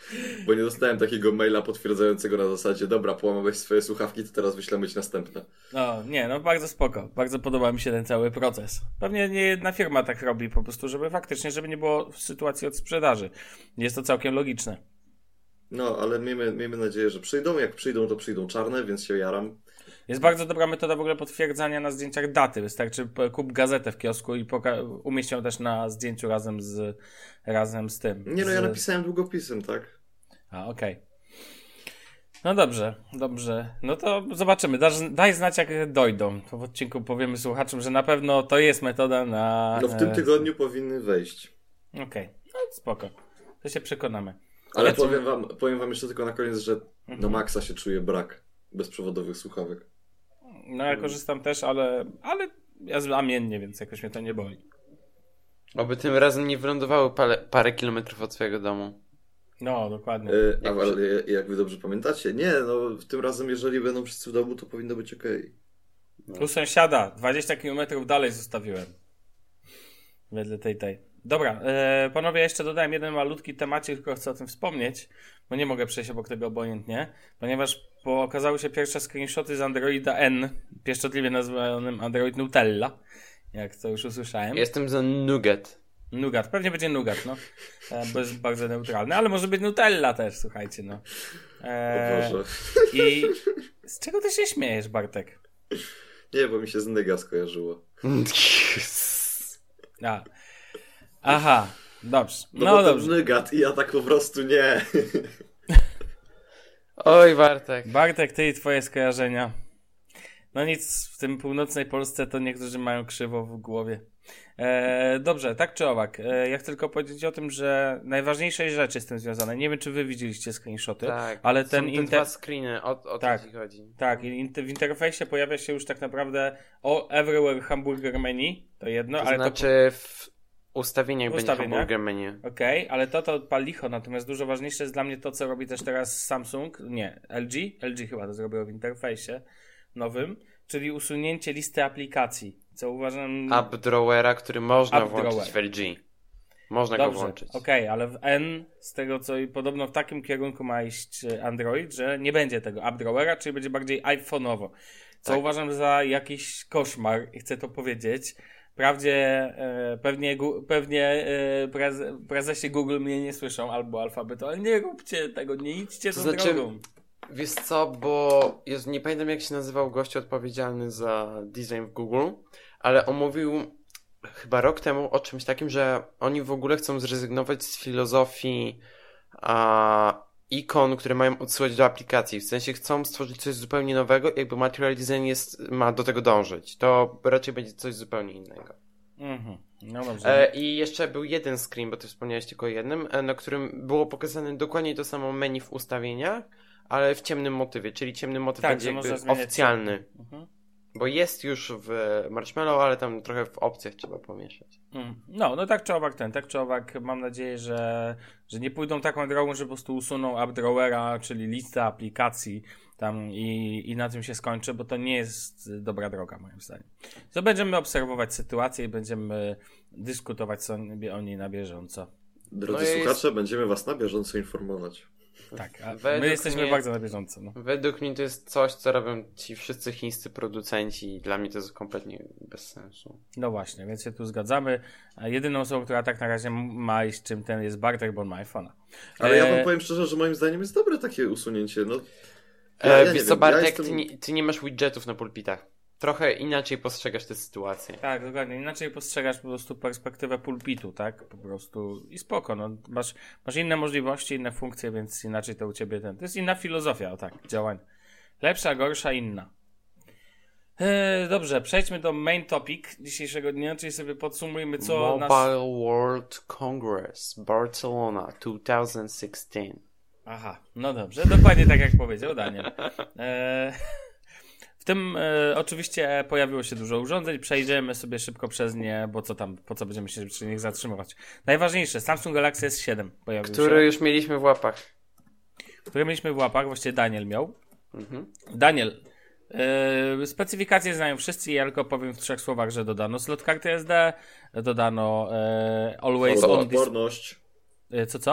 Bo nie dostałem takiego maila potwierdzającego na zasadzie, dobra, połamałeś swoje słuchawki, to teraz wyślemy ci następne. No, nie, no bardzo spoko. Bardzo podoba mi się ten cały proces. Pewnie nie jedna firma tak robi po prostu, żeby faktycznie, żeby nie było sytuacji od sprzedaży. Jest to całkiem logiczne. No, ale miejmy, miejmy nadzieję, że przyjdą. Jak przyjdą, to przyjdą czarne, więc się jaram. Jest bardzo dobra metoda w ogóle potwierdzania na zdjęciach daty. Wystarczy kup gazetę w kiosku i poka- umieść ją też na zdjęciu razem z, razem z tym. Nie no, z... ja napisałem długopisem, tak? A, okej. Okay. No dobrze, dobrze. No to zobaczymy. Daj, daj znać, jak dojdą. To w odcinku powiemy słuchaczom, że na pewno to jest metoda na... No w tym tygodniu powinny wejść. Okej, okay. No spoko. To się przekonamy. Ale ja powiem, wam, powiem wam jeszcze tylko na koniec, że mhm. na maksa się czuje brak bezprzewodowych słuchawek. No ja korzystam też, ale, ale ja zamiennie, więc jakoś mnie to nie boli. Oby tym razem nie wylądowały parę, parę kilometrów od swojego domu. No, dokładnie. Yy, a, ale jak wy dobrze pamiętacie, nie, no tym razem jeżeli będą wszyscy w domu, to powinno być okej. Okay. No. U sąsiada, dwadzieścia kilometrów dalej zostawiłem. Wedle tej tej. Dobra, e, panowie, jeszcze dodałem jeden malutki temacik, tylko chcę o tym wspomnieć, bo nie mogę przejść obok tego obojętnie, ponieważ pokazały się pierwsze screenshoty z Androida N, pieszczotliwie nazwanym Android Nutella, jak to już usłyszałem. Jestem za Nougat. Nougat, pewnie będzie Nougat, no, e, bo jest bardzo neutralny, ale może być Nutella też, słuchajcie, no. E, o Boże. I z czego ty się śmiejesz, Bartek? Nie, bo mi się z Nyga skojarzyło. A. Aha, dobrze. No, no bo dobrze. ten Nygat i ja tak po prostu nie. Oj, Bartek. Bartek, ty i twoje skojarzenia. No nic, w tym północnej Polsce to niektórzy mają krzywo w głowie. E, dobrze, tak czy owak. E, ja chcę tylko powiedzieć o tym, że najważniejsze rzeczy z tym związane. Nie wiem, czy wy widzieliście screenshoty, Tak, ale ten są te inter... dwa screeny, o, o tak, co ci chodzi. Tak, i w interfejsie pojawia się już tak naprawdę o Everywhere Hamburger Menu, to jedno, To ale znaczy w ustawieniach W będzie ustawieniach? hamburger menu. Okej, okay, ale to to odpal licho, natomiast dużo ważniejsze jest dla mnie to, co robi też teraz Samsung, nie, L G, L G chyba to zrobiło w interfejsie nowym, czyli usunięcie listy aplikacji, co uważam... AppDrawera, który można App włączyć Drawer. w L G. Można Dobrze, go włączyć. okej, okay, ale w N, z tego co i podobno w takim kierunku ma iść Android, że nie będzie tego AppDrawera, czyli będzie bardziej iPhone'owo, co Tak. uważam za jakiś koszmar i chcę to powiedzieć. Wprawdzie e, pewnie, gu, pewnie e, prez, prezesie Google mnie nie słyszą, albo alfabetu, ale nie róbcie tego, nie idźcie To tą znaczy, drogą. Wiesz co, bo Jezu, nie pamiętam jak się nazywał gość odpowiedzialny za design w Google, ale on mówił chyba rok temu o czymś takim, że oni w ogóle chcą zrezygnować z filozofii a, ikon, które mają odsyłać do aplikacji. W sensie chcą stworzyć coś zupełnie nowego, jakby material design jest, ma do tego dążyć. To raczej będzie coś zupełnie innego. Mhm. No dobrze. E, I jeszcze był jeden screen, bo ty wspomniałeś tylko o jednym, e, na którym było pokazane dokładnie to samo menu w ustawieniach, ale w ciemnym motywie, czyli ciemny motyw Tak, będzie że jakby można zmieniać oficjalny. Mhm. Bo jest już w Marshmallow, ale tam trochę w opcjach trzeba pomieszać. Mm. No, no tak czy owak ten, tak czy owak mam nadzieję, że, że nie pójdą taką drogą, że po prostu usuną AppDrawera, czyli listę aplikacji tam i, i na tym się skończy, bo to nie jest dobra droga moim zdaniem. To będziemy obserwować sytuację i będziemy dyskutować sobie o niej na bieżąco. Drodzy No jest- słuchacze, będziemy was na bieżąco informować. Tak, a Według my jesteśmy mnie- bardzo na bieżąco. No. Według mnie to jest coś, co robią ci wszyscy chińscy producenci i dla mnie to jest kompletnie bez sensu. no właśnie, więc się tu zgadzamy. A jedyną osobą, która tak na razie ma iść czym ten jest Bartek, bo on ma iPhone'a. Ale ja E, wam powiem szczerze, że moim zdaniem jest dobre takie usunięcie. No, E, ja, ja nie wiesz co, wiem, Bartek, ja jestem... ty, nie, ty nie masz widgetów na pulpitach. Trochę inaczej postrzegasz tę sytuację. Tak, dokładnie. Inaczej postrzegasz po prostu perspektywę pulpitu, tak? Po prostu i spoko, no. Masz, masz inne możliwości, inne funkcje, więc inaczej to u ciebie ten... To jest inna filozofia, o tak, działań. Lepsza, gorsza, inna. Eee, dobrze, przejdźmy do main topic dzisiejszego dnia, czyli sobie podsumujmy, co nas... Mobile World Congress Barcelona dwa tysiące szesnaście. Aha, no dobrze, dokładnie tak jak powiedział Daniel. Eee, w tym e, oczywiście pojawiło się dużo urządzeń, przejdziemy sobie szybko przez nie, bo co tam, po co będziemy się przy nich zatrzymywać. Najważniejsze, Samsung Galaxy S siedem pojawił Który się, już mieliśmy w łapach. który mieliśmy w łapach, właściwie Daniel miał. Mhm. Daniel, e, specyfikacje znają wszyscy, ja tylko powiem w trzech słowach, że dodano slot karty S D, dodano e, Always On Display. Odporność. E, co, co?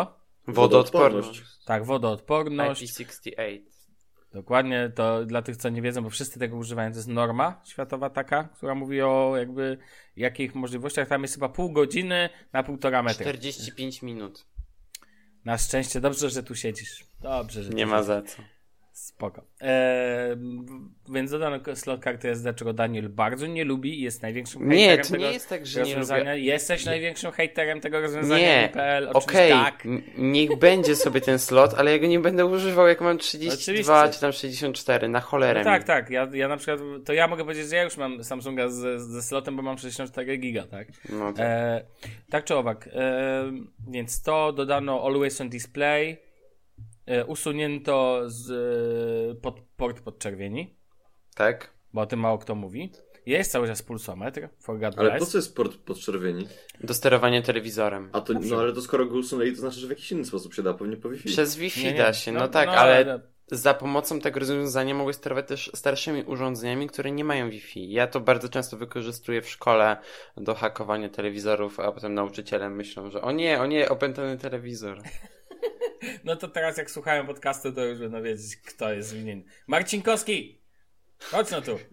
Wodoodporność. Tak, wodoodporność. I P sześćdziesiąt osiem. Dokładnie, to dla tych, co nie wiedzą, bo wszyscy tego używają, to jest norma światowa taka, która mówi o jakby jakich możliwościach. Tam jest chyba pół godziny na półtora metra. czterdzieści pięć minut. Na szczęście, dobrze, że tu siedzisz. Dobrze, że tu Nie ma siedzisz. za co. Spoko. Eee, więc dodano slot karty S D, czego Daniel bardzo nie lubi i jest największym hejterem Nie, tego to nie jest tak, że nie rozwiązania. lubię. Jesteś największym hejterem tego rozwiązania. Nie, .pl. okej, Okay. Tak. n- niech będzie sobie ten slot, ale ja go nie będę używał jak mam trzydzieści dwa Oczywiście. czy tam sześćdziesiąt cztery, na cholerę No tak, mi. tak. Ja, ja na przykład, to ja mogę powiedzieć, że ja już mam Samsunga z, ze slotem, bo mam sześćdziesiąt cztery giga, tak? No tak. E, tak czy owak. E, więc to dodano Always on Display. E, usunięto z e, pod, port podczerwieni, Tak? bo o tym mało kto mówi. Jest cały czas pulsometr, for God Ale bless. po co jest port podczerwieni? Do sterowania telewizorem. A to, no ale to skoro go usunęli, to znaczy, że w jakiś inny sposób się da, pewnie po Wi-Fi. Przez Wi-Fi Nie, nie. da się, no, No, tak, no, ale ale- za pomocą tego rozwiązania mogę sterować też starszymi urządzeniami, które nie mają Wi-Fi. Ja to bardzo często wykorzystuję w szkole do hakowania telewizorów, a potem nauczyciele myślą, że o nie, o nie, opętany telewizor. No to teraz jak słuchają podcastu, to już będą wiedzieć, kto jest winien. Marcinkowski! Chodź no tu.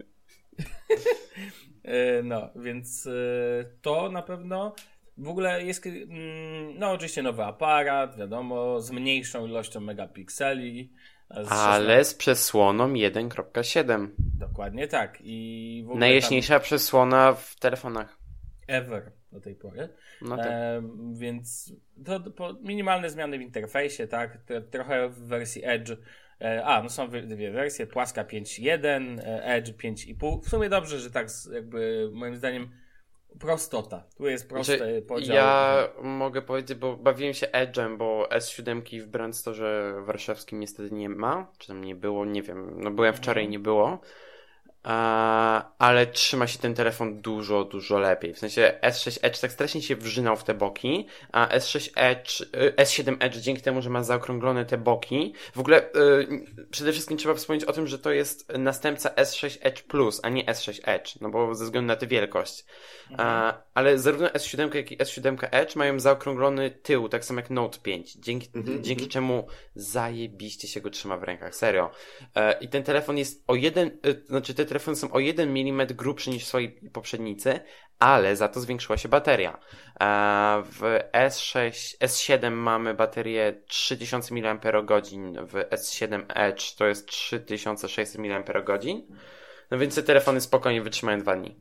E, no, więc e, to na pewno w ogóle jest, mm, no oczywiście nowy aparat, wiadomo, z mniejszą ilością megapikseli. z Ale z przesłoną jeden kropka siedem. szesnaście Dokładnie tak. I w ogóle Najjaśniejsza przesłona w telefonach. tam ever do tej pory. No tak. E, więc to, to po, minimalne zmiany w interfejsie, tak? Te, trochę w wersji Edge. E, a, no są wy- dwie wersje, płaska pięć jeden, e, Edge pięć i pół. W sumie dobrze, że tak z- jakby moim zdaniem prostota. Tu jest prosty Znaczy, podział. ja mogę powiedzieć, bo bawiłem się Edge'em, bo S siedem w Brand Store warszawskim niestety nie ma, czy tam nie było, nie wiem, no byłem wczoraj, nie było. A, ale trzyma się ten telefon dużo, dużo lepiej. W sensie S sześć Edge tak strasznie się wrzynał w te boki, a S sześć Edge, y, S siedem Edge dzięki temu, że ma zaokrąglone te boki. W ogóle y, przede wszystkim trzeba wspomnieć o tym, że to jest następca S sześć Edge Plus, a nie S sześć Edge, no bo ze względu na tę wielkość. A, ale zarówno S siedem jak i S siedem Edge mają zaokrąglony tył, tak samo jak Note pięć, dzięki, Mhm, dzięki mhm. czemu zajebiście się go trzyma w rękach, serio. E, I ten telefon jest o jeden, e, znaczy te telefony są o jeden milimetr grubszy niż swoi poprzednicy, ale za to zwiększyła się bateria. E, w S sześć, S siedem mamy baterię trzy tysiące miliamperogodzin, w S siedem Edge to jest trzy tysiące sześćset miliamperogodzin, no więc te telefony spokojnie wytrzymają dwa dni.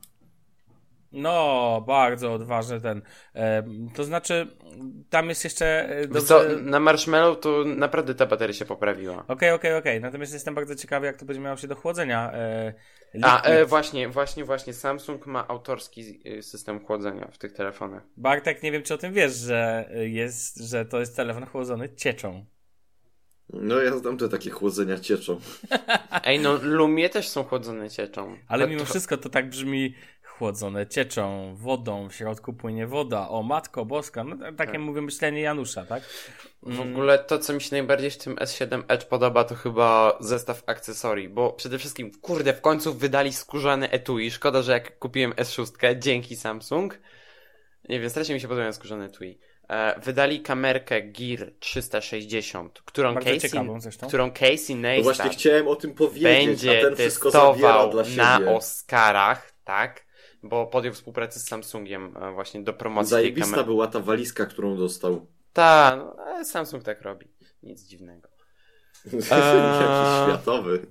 No, bardzo odważny ten. E, to znaczy, tam jest jeszcze. e, Wiesz Dobrze... co, na Marshmallow to naprawdę ta bateria się poprawiła. Okej, okej, okej. Natomiast jestem bardzo ciekawy, jak to będzie miało się do chłodzenia. E, A, liquid. e, właśnie, właśnie, właśnie, Samsung ma autorski e, system chłodzenia w tych telefonach. Bartek, nie wiem, czy o tym wiesz, że jest, że to jest telefon chłodzony cieczą. No ja znam te takie chłodzenia cieczą. Ej, no Lumie też są chłodzone cieczą. Ale A mimo to- wszystko to tak brzmi chłodzone cieczą, wodą, w środku płynie woda. O matko boska, no takie Tak. mówię myślenie Janusza, tak? W ogóle to, co mi się najbardziej w tym S siedem Edge podoba, to chyba zestaw akcesorii, bo przede wszystkim, kurde, w końcu wydali skórzane etui. Szkoda, że jak kupiłem S sześć, dzięki Samsung, nie wiem, strasznie mi się podobają skórzane etui. E, wydali kamerkę Gear trzysta sześćdziesiąt, którą Bardzo Casey, ciekawą zresztą. którą Casey No właśnie Neistat chciałem o tym powiedzieć, a będzie ten wszystko zabiera testował dla siebie. na Oscarach, tak? Bo podjął współpracę z Samsungiem e, właśnie do promocji tej Zajebista kamery. była ta walizka, którą dostał. Ta, no, ale Samsung tak robi. Nic dziwnego. Jakiś Eee. światowy.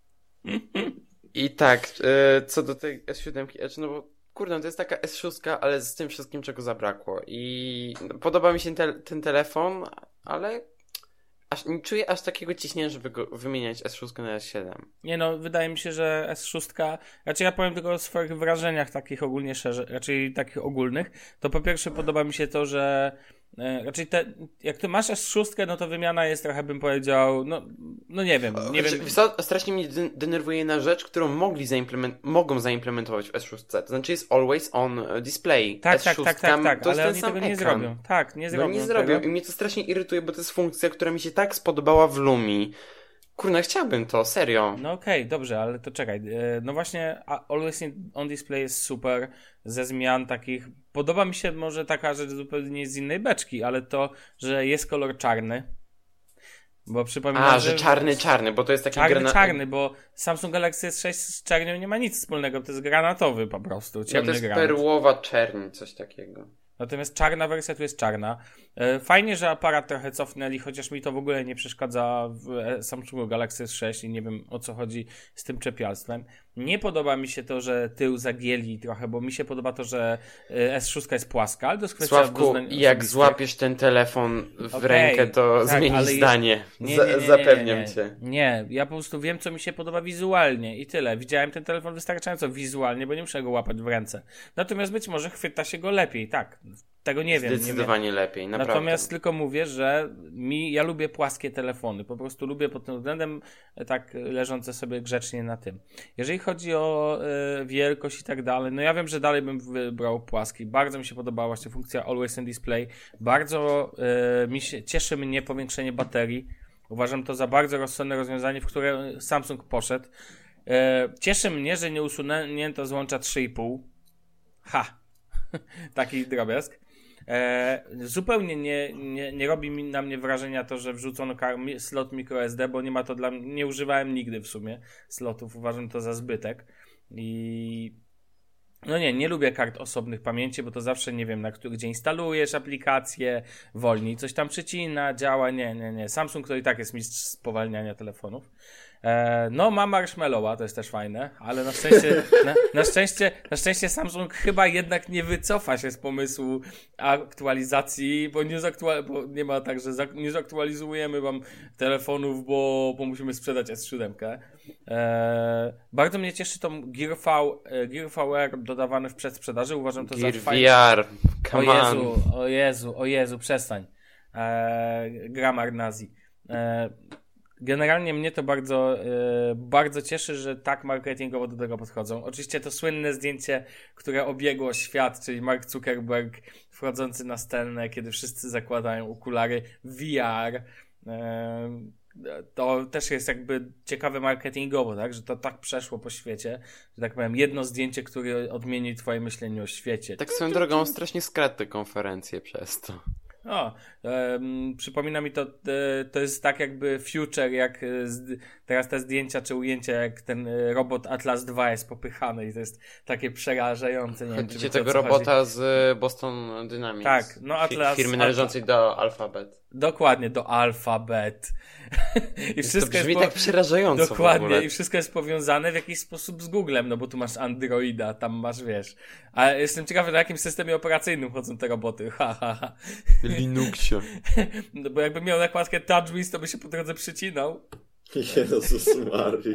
I tak, e, co do tej S siedem Edge, no bo kurde, no to jest taka S sześć, ale z tym wszystkim, czego zabrakło. I no, podoba mi się te, ten telefon, ale aż, nie czuję aż takiego ciśnienia, żeby go wymieniać S sześć na S siedem. Nie no, wydaje mi się, że S sześć, raczej ja powiem tylko o swoich wrażeniach takich ogólnie szerzej, raczej takich ogólnych, to po pierwsze podoba mi się to, że e, raczej te, jak ty masz S sześć, no to wymiana jest trochę, bym powiedział, no, no nie wiem, nie Znaczy, wiem. wiesz co, strasznie mnie den- denerwuje jedna rzecz, którą mogli zaimplement- mogą zaimplementować w S sześć. To znaczy jest always on display. Tak, S tak, sześć tak, tak, tak, to jest ale ten oni sam tego nie ekran. zrobią. Tak, nie No zrobią nie zrobią tego. i mnie to strasznie irytuje, bo to jest funkcja, która mi się tak spodobała w Lumii. Kurna, chciałbym to, serio. No okej, okay, dobrze, ale to czekaj. No właśnie Always On Display jest super ze zmian takich. Podoba mi się może taka rzecz zupełnie z innej beczki, ale to, że jest kolor czarny. Bo przypominam, A, że czarny, czarny, bo to jest taki czarny, grana... czarny, bo Samsung Galaxy S sześć z czernią nie ma nic wspólnego, to jest granatowy po prostu, ciemny no to jest granat. perłowa czerń, coś takiego. Natomiast czarna wersja tu jest czarna. Fajnie, że aparat trochę cofnęli, chociaż mi to w ogóle nie przeszkadza w Samsungu Galaxy S sześć i nie wiem, o co chodzi z tym czepialstwem. Nie podoba mi się to, że tył zagięli trochę, bo mi się podoba to, że S sześć jest płaska, ale to jest kwestia Sławku, doznań jak osobistych. złapiesz ten telefon w Okay, rękę, to tak, zmienisz ale zdanie. Nie, Z- nie, nie, nie, zapewniam nie, nie. cię. Nie, ja po prostu wiem, co mi się podoba wizualnie i tyle. Widziałem ten telefon wystarczająco wizualnie, bo nie muszę go łapać w ręce. Natomiast być może chwyta się go lepiej, tak. Tego nie wiem. Zdecydowanie nie wiem. lepiej, naprawdę. Natomiast tylko mówię, że mi, ja lubię płaskie telefony. Po prostu lubię pod tym względem tak leżące sobie grzecznie na tym. Jeżeli chodzi o y, wielkość i tak dalej, no ja wiem, że dalej bym wybrał płaski. Bardzo mi się podobała właśnie funkcja Always On Display. Bardzo y, mi się, cieszy mnie powiększenie baterii. Uważam to za bardzo rozsądne rozwiązanie, w które Samsung poszedł. Y, cieszy mnie, że nie usunięto złącza trzy i pół. Ha! Taki drobiazg. E, zupełnie nie, nie, nie robi mi, na mnie wrażenia to, że wrzucono kar- slot microSD, bo nie ma to dla mnie, nie używałem nigdy w sumie slotów, uważam to za zbytek i no nie, nie lubię kart osobnych pamięci, bo to zawsze nie wiem, na który, gdzie instalujesz aplikację, wolniej coś tam przycina, działa, nie, nie, nie. Samsung to i tak jest mistrz spowalniania telefonów. E, no ma Marshmallowa, to jest też fajne, ale na szczęście, na, na szczęście na szczęście Samsung chyba jednak nie wycofa się z pomysłu aktualizacji, bo nie, zaktual, bo nie ma tak, że zak, nie zaktualizujemy wam telefonów, bo, bo musimy sprzedać S siedem. E, bardzo mnie cieszy to Gear V, Gear V R dodawany w przedsprzedaży, uważam to Gear za fajne. V R, come o Jezu, on. o Jezu, o Jezu, przestań. E, grammar nazi. E, Generalnie mnie to bardzo, yy, bardzo cieszy, że tak marketingowo do tego podchodzą. Oczywiście to słynne zdjęcie, które obiegło świat, czyli Mark Zuckerberg wchodzący na scenę, kiedy wszyscy zakładają okulary V R. Yy, to też jest jakby ciekawe marketingowo, tak? Że to tak przeszło po świecie, że tak powiem, jedno zdjęcie, które odmieni twoje myślenie o świecie. Tak swoją drogą strasznie skradł te konferencje przez to. O, um, przypomina mi to, e, to jest tak jakby future, jak e, z, teraz te zdjęcia czy ujęcia, jak ten e, robot Atlas dwa jest popychany i to jest takie przerażające. Nie wiem, czy Wiecie wiecie, tego o co robota chodzi. z Boston Dynamics. Tak, no Atlas- Firmy należącej do Alphabet. Dokładnie, do Alphabet. I Więc wszystko to brzmi jest tak przerażająco w Dokładnie, ogóle. i wszystko jest powiązane w jakiś sposób z Googlem, no bo tu masz Androida, tam masz, wiesz. A jestem ciekawy, na jakim systemie operacyjnym chodzą te roboty. Ha, ha, ha. Linuxie. No bo jakby miał nakładkę TouchWiz, to by się po drodze przycinał. Jezus Maria.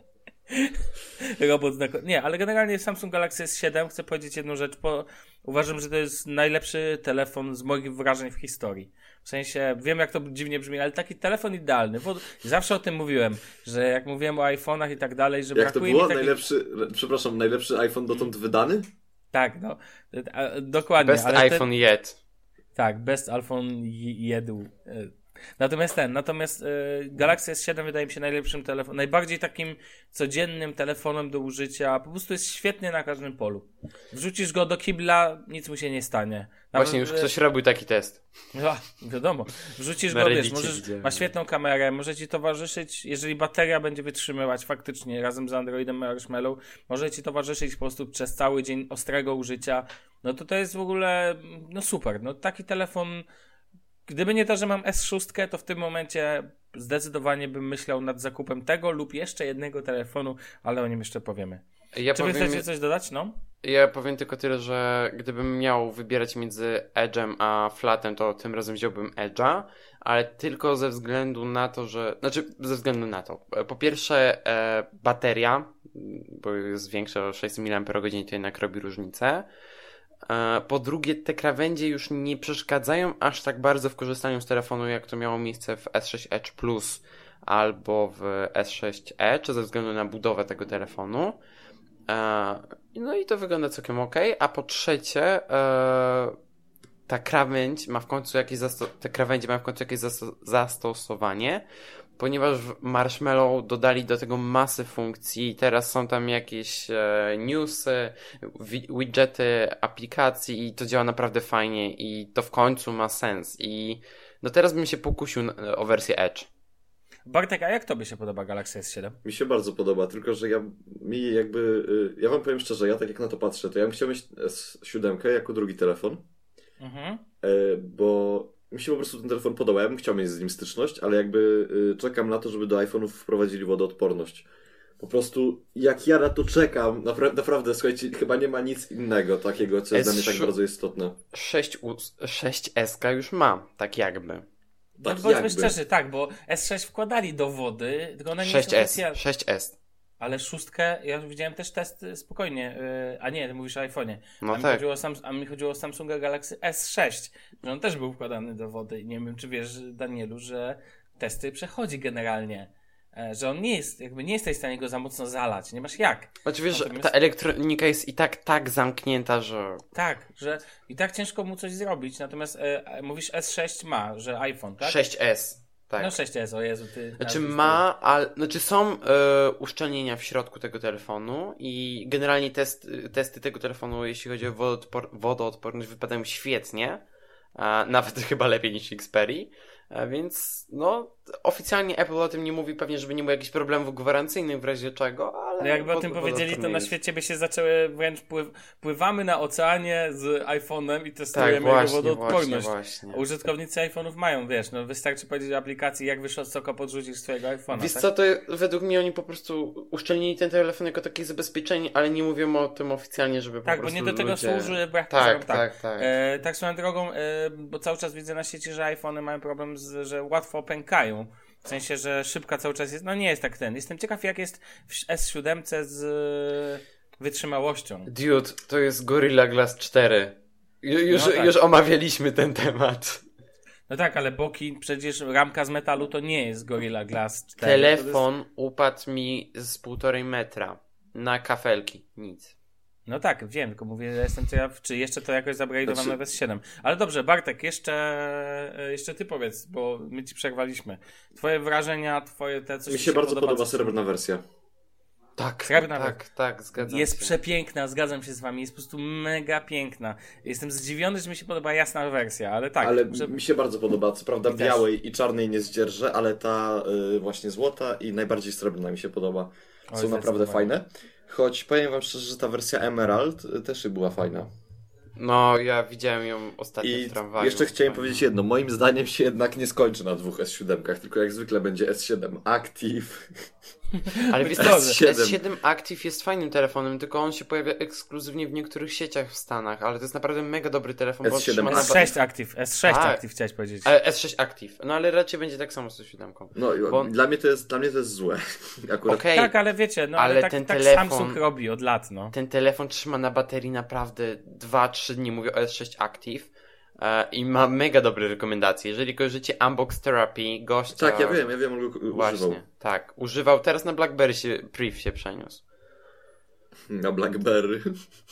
Robot znak... Nie, ale generalnie Samsung Galaxy S siedem, chcę powiedzieć jedną rzecz, bo uważam, że to jest najlepszy telefon z moich wrażeń w historii. W sensie, wiem jak to dziwnie brzmi, ale taki telefon idealny. Bo zawsze o tym mówiłem, że jak mówiłem o iPhone'ach i tak dalej, że Jak to brakuje było? mi takich... Najlepszy, przepraszam, najlepszy iPhone dotąd wydany? Tak, no. A, dokładnie. Best ale iPhone ten... yet. Tak, best iPhone jedł. Natomiast ten, natomiast y, Galaxy S siedem wydaje mi się najlepszym telefonem, najbardziej takim codziennym telefonem do użycia, po prostu jest świetny na każdym polu. Wrzucisz go do kibla, nic mu się nie stanie. Nawet, Właśnie już ktoś robił taki test. No, wiadomo. Wrzucisz Na go, wiesz, Reddicie możesz, widziałem. ma świetną kamerę, może ci towarzyszyć, jeżeli bateria będzie wytrzymywać faktycznie razem z Androidem Marshmallow, może ci towarzyszyć po prostu przez cały dzień ostrego użycia, no to to jest w ogóle, no super, no taki telefon. Gdyby nie to, że mam S sześć, to w tym momencie zdecydowanie bym myślał nad zakupem tego lub jeszcze jednego telefonu, ale o nim jeszcze powiemy. Ja Czy powiem, wy chcecie coś dodać? No? ja powiem tylko tyle, że gdybym miał wybierać między Edge'em a Flatem, to tym razem wziąłbym Edge'a, ale tylko ze względu na to, że... Znaczy, ze względu na to. Po pierwsze, e, bateria, bo jest większa o sześćset miliampergodzin, to jednak robi różnicę. Po drugie, te krawędzie już nie przeszkadzają aż tak bardzo w korzystaniu z telefonu, jak to miało miejsce w S sześć Edge Plus albo w S sześć Edge, ze względu na budowę tego telefonu. No i to wygląda całkiem ok. A po trzecie, ta krawędź ma w końcu jakieś zasto- te krawędzie mają w końcu jakieś zasto- zastosowanie, ponieważ w Marshmallow dodali do tego masę funkcji, teraz są tam jakieś e, newsy, wi- widgety aplikacji i to działa naprawdę fajnie i to w końcu ma sens i no teraz bym się pokusił na, o wersję Edge. Bartek, a jak tobie się podoba Galaxy S siedem? Mi się bardzo podoba, tylko że ja mi jakby, y, ja wam powiem szczerze, ja tak jak na to patrzę, to ja bym chciał mieć S siedem jako drugi telefon, Mhm. y, bo mi się po prostu ten telefon podoba, ja bym chciał mieć z nim styczność, ale jakby y, czekam na to, żeby do iPhone'ów wprowadzili wodoodporność. Po prostu jak ja na to czekam, napra- naprawdę, słuchajcie, chyba nie ma nic innego takiego, co jest dla mnie tak bardzo istotne. sześć S już ma, tak jakby. No, Tak bądźmy jakby. szczerzy, tak, bo S sześć wkładali do wody, tylko ona nie sześć jest S, oficjalna. sześć S. Ale szóstkę, ja widziałem też test spokojnie, yy, a nie, ty mówisz o iPhone'ie. No a, mi tak. chodziło o Sam- a mi chodziło o Samsunga Galaxy S sześć, że on też był wkładany do wody i nie wiem, czy wiesz, Danielu, że testy przechodzi generalnie, e, że on nie jest, jakby nie jesteś w stanie go za mocno zalać, nie masz jak. Znaczy wiesz, Natomiast- ta elektronika jest i tak tak zamknięta, że... Tak, że i tak ciężko mu coś zrobić, natomiast e, mówisz S sześć ma, że iPhone, tak? sześć S, tak. No sześć S, o Jezu, ty... Znaczy nazwisko- ma, ale, znaczy są e, uszczelnienia w środku tego telefonu i generalnie test, testy tego telefonu, jeśli chodzi o wodoodpor, wodoodporność, wypadają świetnie, a nawet chyba lepiej niż Xperia, a więc no oficjalnie Apple o tym nie mówi, pewnie żeby nie było jakichś problemów gwarancyjnych w razie czego, ale... No jakby o wod- tym powiedzieli, to na wodoodporność- świecie by się zaczęły wręcz pływ, pływamy na oceanie z iPhone'em i testujemy Tak, jego właśnie, właśnie, wodoodporność. właśnie. Użytkownicy iPhone'ów mają, wiesz, no wystarczy powiedzieć aplikacji, jak wysoko podrzucisz swojego iPhone'a. Wiesz tak? co, to według mnie oni po prostu uszczelnili ten telefon jako takie zabezpieczenie, ale nie mówią o tym oficjalnie, żeby po Tak, bo prostu nie do tego ludzie... służy brak Tak, pozorom, tak, tak. E, tak swoją drogą, e, bo cały czas widzę na sieci, że iPhony mają problem, z, że łatwo pękają. W sensie, że szybka cały czas jest, no nie jest tak ten. Jestem ciekaw, jak jest w S siedem z e, wytrzymałością. Dude, to jest Gorilla Glass cztery. Ju, już, No tak. już omawialiśmy ten temat. No tak, ale boki, przecież ramka z metalu to nie jest Gorilla Glass cztery. Telefon upadł mi z półtorej metra na kafelki. Nic. No tak, wiem, tylko mówię, że jestem ciekaw, czy jeszcze to jakoś zabradowane Znaczy- w S siedem. Ale dobrze, Bartek, jeszcze, e, jeszcze ty powiedz, bo my ci przerwaliśmy. Twoje wrażenia, twoje te, co Mi ci się bardzo podoba co- srebrna wersja. Tak, Srebrna tak, tak, zgadzam Jest się. przepiękna, zgadzam się z wami, jest po prostu mega piękna. Jestem zdziwiony, że mi się podoba jasna wersja, ale tak. ale że... mi się bardzo podoba. Co prawda Mi też. białej i czarnej nie zdzierżę, ale ta y, właśnie złota i najbardziej srebrna mi się podoba. Oj, Są naprawdę zdecydowanie. fajne. Choć powiem wam szczerze, że ta wersja Emerald y, też była fajna. No, ja widziałem ją ostatnio I w tramwaju. jeszcze chciałem Fajnie. powiedzieć jedno. Moim zdaniem się jednak nie skończy na dwóch S siedem, tylko jak zwykle będzie S siedem Active. Ale wiesz S co, siedem. S siedem Active jest fajnym telefonem, tylko on się pojawia ekskluzywnie w niektórych sieciach w Stanach, ale to jest naprawdę mega dobry telefon, bo S siedem trzyma na... S sześć Active, S sześć A. Active chciałeś powiedzieć. Ale S sześć Active, no ale raczej będzie tak samo z S siedem. No i Bo- dla mnie to jest, dla mnie to jest złe. Akurat Okej, Tak, ale wiecie, no ale, ale tak, ten tak telefon- Samsung robi od lat, no. ten telefon trzyma na baterii naprawdę dwa trzy dni, mówię o S sześć Active e, i ma mega dobre rekomendacje. Jeżeli kojarzycie Unbox Therapy, gościa... tak, ja wiem, ja wiem, on go używał. Właśnie, tak. Używał, teraz na BlackBerry się, priv się przeniósł. Na BlackBerry.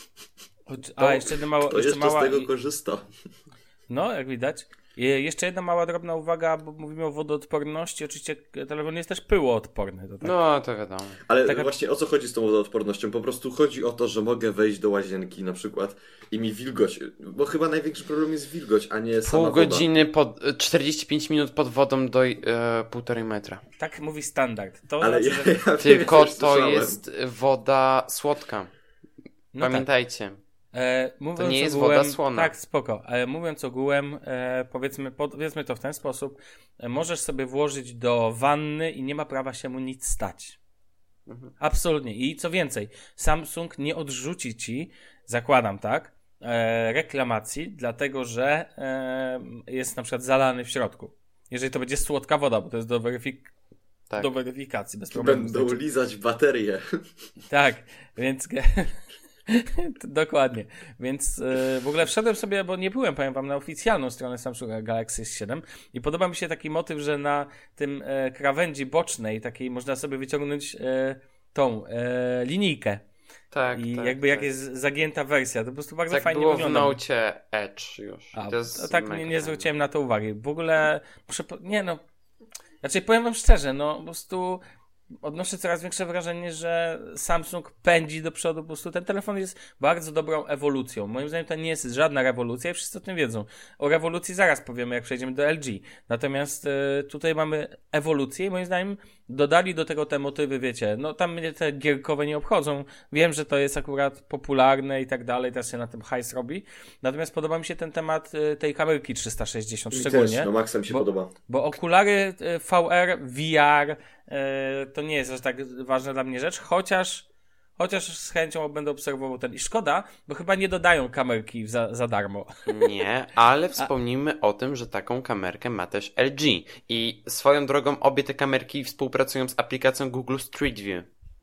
A, jeszcze jedna mała... To jeszcze jeszcze mała z tego korzysta. No, jak widać. I jeszcze jedna mała, drobna uwaga, bo mówimy o wodoodporności. Oczywiście telefon jest też pyłoodporny. To tak. No, to wiadomo. Ale Taka- właśnie o co chodzi z tą wodoodpornością? Po prostu chodzi o to, że mogę wejść do łazienki na przykład i mi wilgoć, bo chyba największy problem jest wilgoć, a nie sama Pół woda. godziny, pod, czterdzieści pięć minut pod wodą do e, półtorej metra. Tak mówi standard. To Ale znaczy, ja, że... ja wiem, Tylko też to słyszałem. jest woda słodka. No tak. Pamiętajcie. E, mówiąc nie jest ogółem, woda słona. Tak, spoko. E, mówiąc ogółem, e, powiedzmy, powiedzmy to w ten sposób. E, możesz sobie włożyć do wanny i nie ma prawa się mu nic stać. Mhm. Absolutnie. I co więcej, Samsung nie odrzuci ci, zakładam tak, e, reklamacji, dlatego że e, jest na przykład zalany w środku. Jeżeli to będzie słodka woda, bo to jest do, weryfik- Tak. do weryfikacji, bez problemu. Będą Znaczy- lizać baterię. Tak, więc dokładnie. Więc yy, w ogóle wszedłem sobie, bo nie byłem, powiem wam, na oficjalną stronę Samsunga Galaxy S siedem i podoba mi się taki motyw, że na tym e, krawędzi bocznej takiej można sobie wyciągnąć e, tą e, linijkę. Tak, I tak, jakby jak tak. jest zagięta wersja, to po prostu bardzo Tak fajnie było w wygląda. Nocie Edge już. A, To jest to tak mega nie, nie fajne. zwróciłem na to uwagi. W ogóle, muszę po- nie no, Znaczy, powiem wam szczerze, no po prostu odnoszę coraz większe wrażenie, że Samsung pędzi do przodu. Po prostu ten telefon jest bardzo dobrą ewolucją. Moim zdaniem to nie jest żadna rewolucja i wszyscy o tym wiedzą. O rewolucji zaraz powiemy, jak przejdziemy do L G. Natomiast y, tutaj mamy ewolucję i moim zdaniem dodali do tego te motywy, wiecie, no tam mnie te gierkowe nie obchodzą. Wiem, że to jest akurat popularne i tak dalej, też się na tym hajs robi. Natomiast podoba mi się ten temat y, tej kamerki trzysta sześćdziesiąt Mi szczególnie. też, no Maxem się bo, podoba. Bo okulary y, V R, V R y, to nie jest aż tak ważna dla mnie rzecz, chociaż chociaż z chęcią będę obserwował ten. I szkoda, bo chyba nie dodają kamerki za, za darmo. Nie, ale wspomnijmy o tym, że taką kamerkę ma też L G. I swoją drogą obie te kamerki współpracują z aplikacją Google Street View.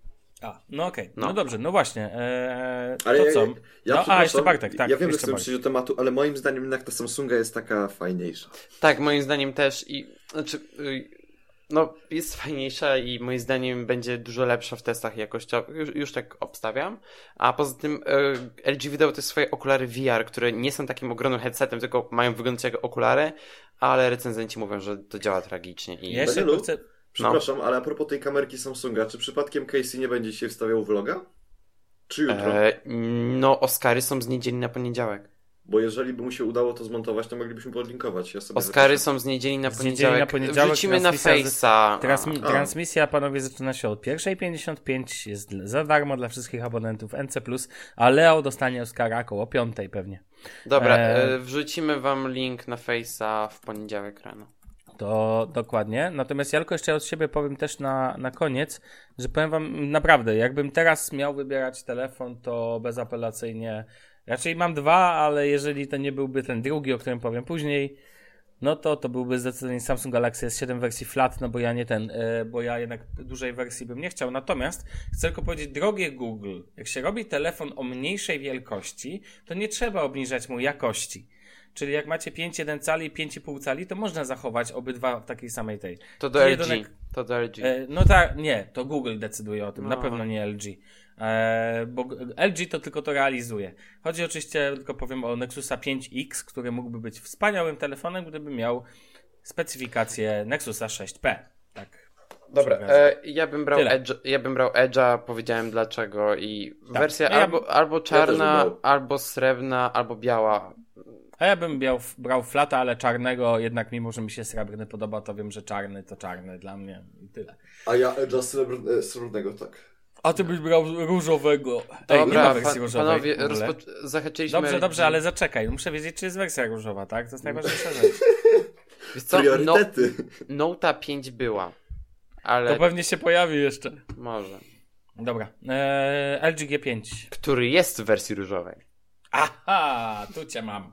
A, no okej, okay. no. No. no dobrze, no właśnie. Eee, Ale to ja, co? ja, ja no, a, jeszcze Bartek, tak. Ja wiem, że jeszcze chcę Bartek. przejść do tematu, ale moim zdaniem jednak ta Samsunga jest taka fajniejsza. Tak, moim zdaniem też i znaczy y, no jest fajniejsza i moim zdaniem będzie dużo lepsza w testach jakościowych, już, już tak obstawiam. A poza tym y, L G wydał też swoje okulary V R, które nie są takim ogromnym headsetem, tylko mają wyglądać jak okulary, ale recenzenci mówią, że to działa tragicznie. I... Ja jeszcze Danielu, chcę... Przepraszam, no. ale a propos tej kamerki Samsunga, czy przypadkiem Casey nie będzie się wstawiał vloga? Czy jutro? E, no Oscary są z niedzieli na poniedziałek. Bo jeżeli by mu się udało to zmontować, to moglibyśmy podlinkować. Ja sobie Oscary zapiszę. są z niedzieli na Z poniedziałek. niedzieli na poniedziałek, Wrzucimy na transmisja z- Face'a. Transmi- A. transmisja, panowie, zaczyna się od pierwszej pięćdziesiąt pięć, jest za darmo dla wszystkich abonentów N C plus, a Leo dostanie Oscara około piątej pewnie. Dobra, E, e, wrzucimy wam link na Face'a w poniedziałek rano. To dokładnie. Natomiast ja tylko jeszcze od siebie powiem też na, na koniec, że powiem wam naprawdę, jakbym teraz miał wybierać telefon, to bezapelacyjnie, raczej mam dwa, ale jeżeli to nie byłby ten drugi, o którym powiem później, no to to byłby zdecydowanie Samsung Galaxy S siedem w wersji flat, no bo ja nie ten, yy, bo ja jednak dużej wersji bym nie chciał. Natomiast chcę tylko powiedzieć, drogie Google, jak się robi telefon o mniejszej wielkości, to nie trzeba obniżać mu jakości. Czyli jak macie pięć przecinek jeden cali i pięć i pół cali, to można zachować obydwa w takiej samej tej. To do L G. Jedynek- To do L G. E, no tak, nie, to Google decyduje o tym, No. na pewno nie L G. E, bo G- L G to tylko to realizuje. Chodzi oczywiście, tylko powiem o Nexusa pięć X, który mógłby być wspaniałym telefonem, gdyby miał specyfikację Nexusa sześć P. Tak. Dobra, przy okazji. e, ja bym brał Tyle. Edge, ja bym brał Edge'a, powiedziałem dlaczego i Tak. wersja Ja- albo, albo też czarna, bym brał. albo srebrna, albo biała. A ja bym miał, brał flata, ale czarnego, jednak mimo, że mi się srebrny podoba, to wiem, że czarny to czarny dla mnie i tyle. A ja Edge'a srebr- srebrnego, tak. A ty byś brał różowego. Ej, nie ma Dobra, wersji pa, różowej panowie, w ogóle. rozpoc- zahaczyliśmy Dobrze, L G. dobrze, ale zaczekaj. Muszę wiedzieć, czy jest wersja różowa, tak? To jest najważniejsza rzecz. Wiesz co? No, Priorytety. Nota pięć była, ale To pewnie się pojawi jeszcze. może. Dobra. Eee, L G G pięć. Który jest w wersji różowej. Aha, tu cię mam.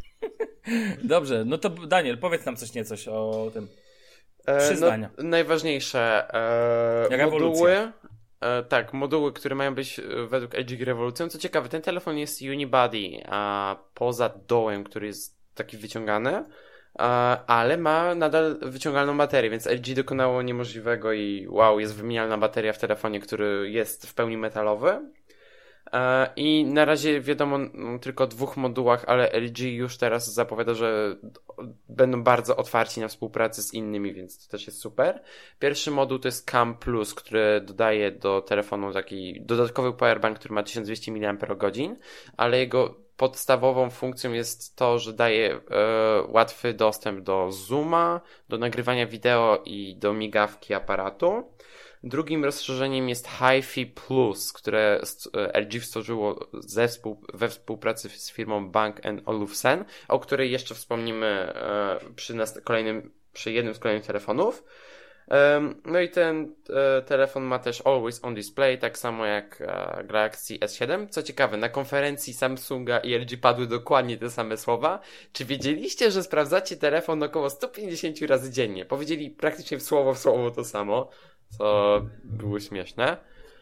Dobrze, no to Daniel, powiedz nam coś niecoś o tym. Trzy E, zdania. no, najważniejsze e, Rewolucja. moduły. E, tak, moduły, które mają być e, według L G rewolucją. Co ciekawe, ten telefon jest unibody, a poza dołem, który jest taki wyciągany, e, ale ma nadal wyciągalną baterię, więc L G dokonało niemożliwego i wow, jest wymienialna bateria w telefonie, który jest w pełni metalowy. E, I na razie wiadomo mm, tylko o dwóch modułach, ale L G już teraz zapowiada, że d- będą bardzo otwarci na współpracę z innymi, więc to też jest super. Pierwszy moduł to jest Cam Plus, który dodaje do telefonu taki dodatkowy powerbank, który ma tysiąc dwieście miliampergodzin, ale jego podstawową funkcją jest to, że daje e, łatwy dostęp do zooma, do nagrywania wideo i do migawki aparatu. Drugim rozszerzeniem jest Hi-Fi Plus, które st- L G stworzyło ze współ- we współpracy z firmą Bang and Olufsen, o której jeszcze wspomnimy e, przy nas- kolejnym, przy jednym z kolejnych telefonów. Em, no i ten e, telefon ma też Always On Display, tak samo jak e, Galaxy S siedem. Co ciekawe, na konferencji Samsunga i L G padły dokładnie te same słowa. Czy wiedzieliście, że sprawdzacie telefon około sto pięćdziesiąt razy dziennie? Powiedzieli praktycznie w słowo w słowo to samo, co było śmieszne.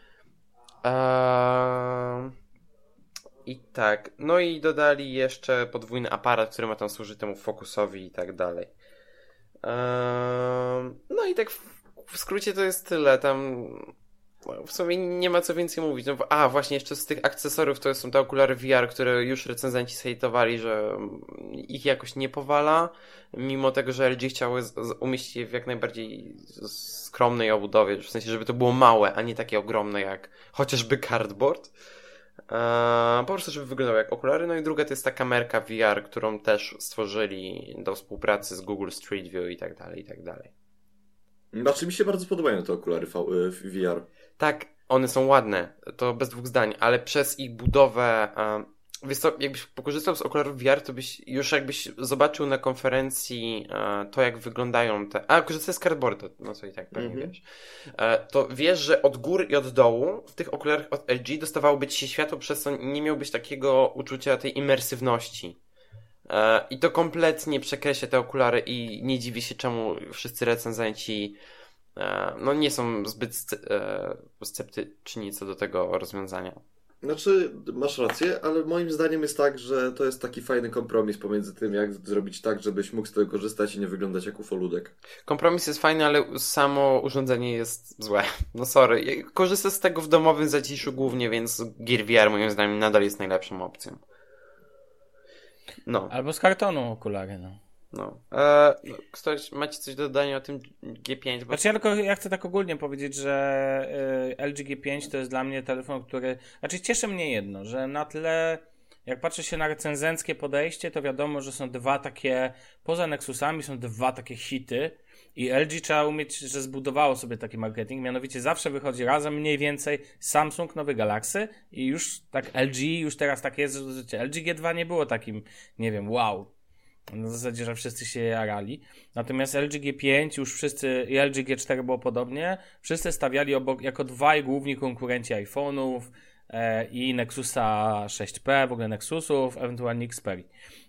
Eee... I tak, no i dodali jeszcze podwójny aparat, który ma tam służyć temu fokusowi i tak dalej. Eee... No i tak w, w skrócie to jest tyle. Tam No, w sumie nie ma co więcej mówić. No, a, właśnie jeszcze z tych akcesoriów to są te okulary V R, które już recenzenci zhejtowali, że ich jakoś nie powala, mimo tego, że L G chciały z- z- umieścić je w jak najbardziej skromnej obudowie, w sensie, żeby to było małe, a nie takie ogromne jak chociażby cardboard. Eee, po prostu, żeby wyglądały jak okulary. No i druga to jest ta kamerka V R, którą też stworzyli do współpracy z Google Street View i tak dalej, i tak dalej. Znaczy mi się bardzo podobają te okulary v- V R. Tak, one są ładne, to bez dwóch zdań, ale przez ich budowę, e, wiesz co, jakbyś pokorzystał z okularów V R, to byś już jakbyś zobaczył na konferencji e, to, jak wyglądają te... A, korzystaj z cardboardu, no co i tak pewnie Mhm. wiesz. E, to wiesz, że od góry i od dołu w tych okularach od L G dostawałoby ci się światło, przez co nie miałbyś takiego uczucia tej imersywności. E, I to kompletnie przekreśla te okulary i nie dziwię się, czemu wszyscy recenzenci e, no nie są zbyt sce- e, sceptyczni co do tego rozwiązania. Znaczy, masz rację, ale moim zdaniem jest tak, że to jest taki fajny kompromis pomiędzy tym, jak zrobić tak, żebyś mógł z tego korzystać i nie wyglądać jak ufoludek. Kompromis jest fajny, ale samo urządzenie jest złe. No sorry, ja korzystam z tego w domowym zaciszu głównie, więc Gear V R moim zdaniem nadal jest najlepszą opcją. No, Albo z kartonu okulary, no. no. E, no ktoś, macie coś do dodania o tym G pięć? Bo... Znaczy ja tylko ja chcę tak ogólnie powiedzieć, że y, L G G pięć to jest dla mnie telefon, który... Znaczy cieszy mnie jedno, że na tle... Jak patrzę się na recenzenckie podejście, to wiadomo, że są dwa takie... Poza Nexusami są dwa takie hity i L G trzeba umieć, że zbudowało sobie taki marketing, mianowicie zawsze wychodzi razem mniej więcej Samsung, nowy Galaxy i już tak L G, już teraz tak jest, że L G G dwa nie było takim, nie wiem, wow. Na zasadzie, że wszyscy się jarali. Natomiast L G G pięć już wszyscy, i L G G cztery było podobnie, wszyscy stawiali obok jako dwaj główni konkurenci iPhone'ów e, i Nexusa sześć P, w ogóle Nexusów, ewentualnie Xperia.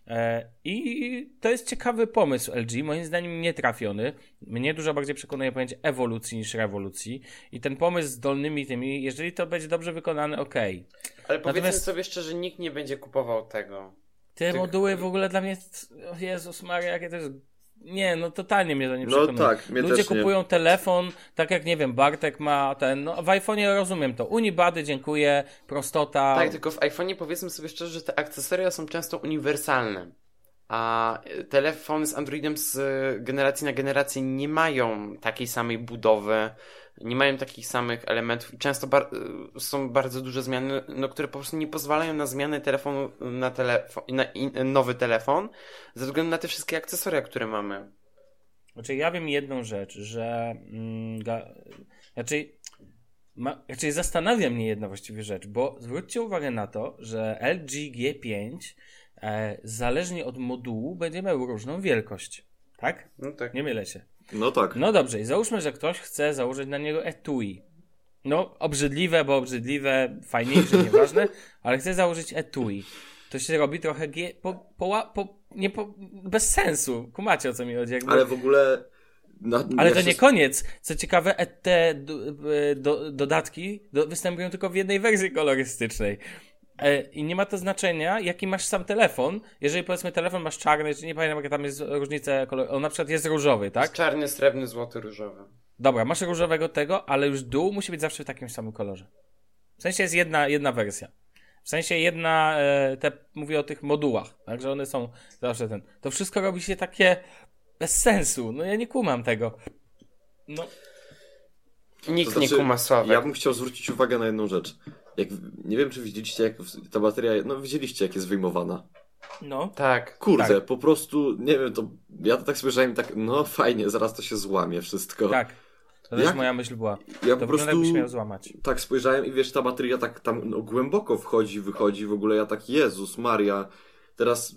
E, I to jest ciekawy pomysł L G, moim zdaniem nietrafiony. Mnie dużo bardziej przekonuje pojęcie ewolucji niż rewolucji. I ten pomysł z dolnymi tymi, jeżeli to będzie dobrze wykonane, okej. Ale powiedzmy Natomiast- sobie szczerze, nikt nie będzie kupował tego. Te Tych- moduły w ogóle dla mnie, o Jezus Maria, jakie to jest... Nie, no totalnie mnie to nie No przekonuje. tak, mnie Ludzie też nie. kupują telefon, tak jak, nie wiem, Bartek ma ten, no w iPhone'ie rozumiem to. Unibody, dziękuję, prostota. Tak, tylko w iPhone'ie powiedzmy sobie szczerze, że te akcesoria są często uniwersalne. A telefony z Androidem z generacji na generację nie mają takiej samej budowy, nie mają takich samych elementów i często bar- są bardzo duże zmiany, no, które po prostu nie pozwalają na zmianę telefonu na, telefon, na in- nowy telefon ze względu na te wszystkie akcesoria, które mamy. Znaczy ja wiem jedną rzecz, że... Mm, ga... Znaczy... Ma... Znaczy zastanawia mnie jedna właściwie rzecz, bo zwróćcie uwagę na to, że L G G pięć e, zależnie od modułu będzie miał różną wielkość. Tak? No tak. Nie mylę się. No tak. No dobrze, i załóżmy, że ktoś chce założyć na niego etui. No, obrzydliwe, bo obrzydliwe, fajniejsze, nieważne, ale chce założyć etui. To się robi trochę G, po, po, po, nie po, bez sensu. Kumacie, o co mi chodzi. Jakby... Ale w ogóle... Na, Ale ja to się- nie koniec. Co ciekawe, e- te do, do, dodatki do, występują tylko w jednej wersji kolorystycznej. E, I nie ma to znaczenia, jaki masz sam telefon. Jeżeli powiedzmy telefon masz czarny, czy nie pamiętam, jaka tam jest różnica koloru. On na przykład jest różowy, tak? Czarny, srebrny, złoty, różowy. Dobra, masz różowego tego, ale już dół musi być zawsze w takim samym kolorze. W sensie jest jedna, jedna wersja. W sensie jedna, e, te, mówię o tych modułach, także one są zawsze ten. To wszystko robi się takie bez sensu. No ja nie kumam tego. No. Nikt To nie znaczy, kuma Sławek. Ja bym chciał zwrócić uwagę na jedną rzecz. Jak, nie wiem, czy widzieliście, jak ta bateria... No widzieliście, jak jest wyjmowana. No. Tak. Kurde, Tak. po prostu, nie wiem, to... Ja to tak spojrzałem i tak, no fajnie, zaraz to się złamie wszystko. Tak. To też Jak- moja myśl była. Ja To po wygląda, prostu jakbyś miał złamać. tak spojrzałem i wiesz, ta bateria tak tam no, głęboko wchodzi, wychodzi, w ogóle ja tak, Jezus Maria, teraz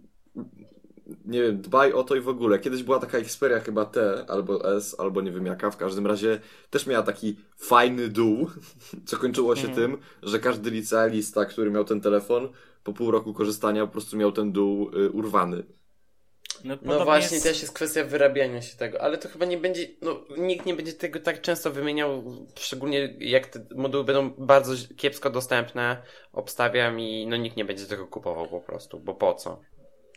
nie wiem, dbaj o to i w ogóle. Kiedyś była taka Xperia chyba T, albo S, albo nie wiem jaka, w każdym razie też miała taki fajny dół, co kończyło się Mhm. tym, że każdy licealista, który miał ten telefon, po pół roku korzystania po prostu miał ten dół y, urwany. No, No podobnie właśnie, jest- też jest kwestia wyrabiania się tego, ale to chyba nie będzie, no nikt nie będzie tego tak często wymieniał, szczególnie jak te moduły będą bardzo kiepsko dostępne, obstawiam i no nikt nie będzie tego kupował po prostu, bo po co?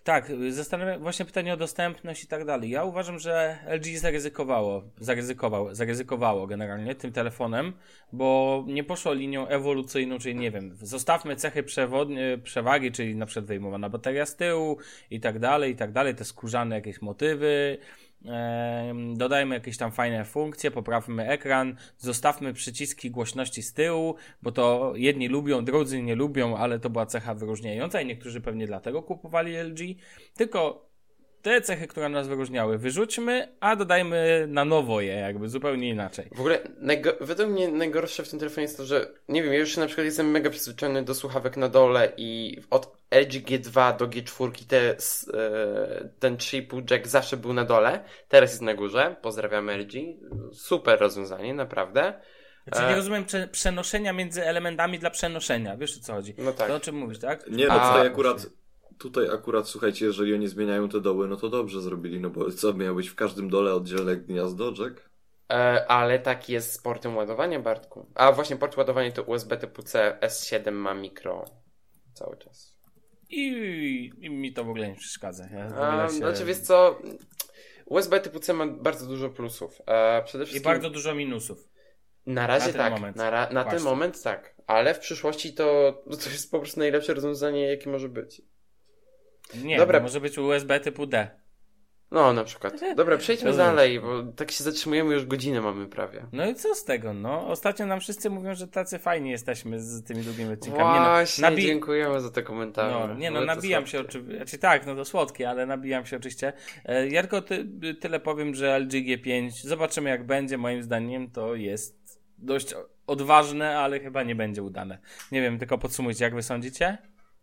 Tak, zastanawiam właśnie pytanie o dostępność i tak dalej. Ja uważam, że L G zaryzykowało, zaryzykowało, zaryzykowało generalnie tym telefonem, bo nie poszło linią ewolucyjną, czyli nie wiem, zostawmy cechy przewodnie, przewagi, czyli na przykład wyjmowana bateria z tyłu i tak dalej, i tak dalej, te skórzane jakieś motywy. Dodajmy jakieś tam fajne funkcje, poprawmy ekran, zostawmy przyciski głośności z tyłu, bo to jedni lubią, drudzy nie lubią, ale to była cecha wyróżniająca i niektórzy pewnie dlatego kupowali L G. Tylko te cechy, które nas wyróżniały, wyrzućmy, a dodajmy na nowo je, jakby zupełnie inaczej. W ogóle najgo- według mnie najgorsze w tym telefonie jest to, że nie wiem, ja już na przykład jestem mega przyzwyczajony do słuchawek na dole i od L G G dwa do G cztery te, e, ten trzy i pół jack zawsze był na dole, teraz jest na górze, pozdrawiamy L G, super rozwiązanie, naprawdę. Znaczy nie rozumiem prze- przenoszenia między elementami dla przenoszenia, wiesz o co chodzi? No tak. To o czym mówisz, tak? Nie, no A, tutaj akurat, tutaj akurat, słuchajcie, jeżeli oni zmieniają te doły, no to dobrze zrobili, no bo co, miał być w każdym dole oddzielne gniazdo, jack? E, ale taki jest z portem ładowania, Bartku. A właśnie port ładowania to U S B typu C, S siedem ma mikro cały czas. I, I mi to w ogóle nie przeszkadza. Ja w A, ogóle się... Znaczy wiesz co, U S B typu C ma bardzo dużo plusów. E, przede I wszystkim... bardzo dużo minusów. Na razie Na ten tak, moment. na, ra- na ten Właśnie. moment tak, ale w przyszłości to, to jest po prostu najlepsze rozwiązanie, jakie może być. Nie, Dobra. może być U S B typu D. No, na przykład. Dobra, przejdźmy Rozumiem. dalej, bo tak się zatrzymujemy, już godzinę mamy prawie. No i co z tego, no? Ostatnio nam wszyscy mówią, że tacy fajni jesteśmy z tymi długimi odcinkami. Właśnie, Nie no, nabi- dziękujemy za te komentarze. No, nie no, Ale to nabijam się słodkie. oczywiście, znaczy tak, no to słodkie, ale nabijam się oczywiście. E, Ja tylko ty, tyle powiem, że L G G pięć, zobaczymy jak będzie, moim zdaniem to jest dość odważne, ale chyba nie będzie udane. Nie wiem, tylko podsumujcie, jak wy sądzicie?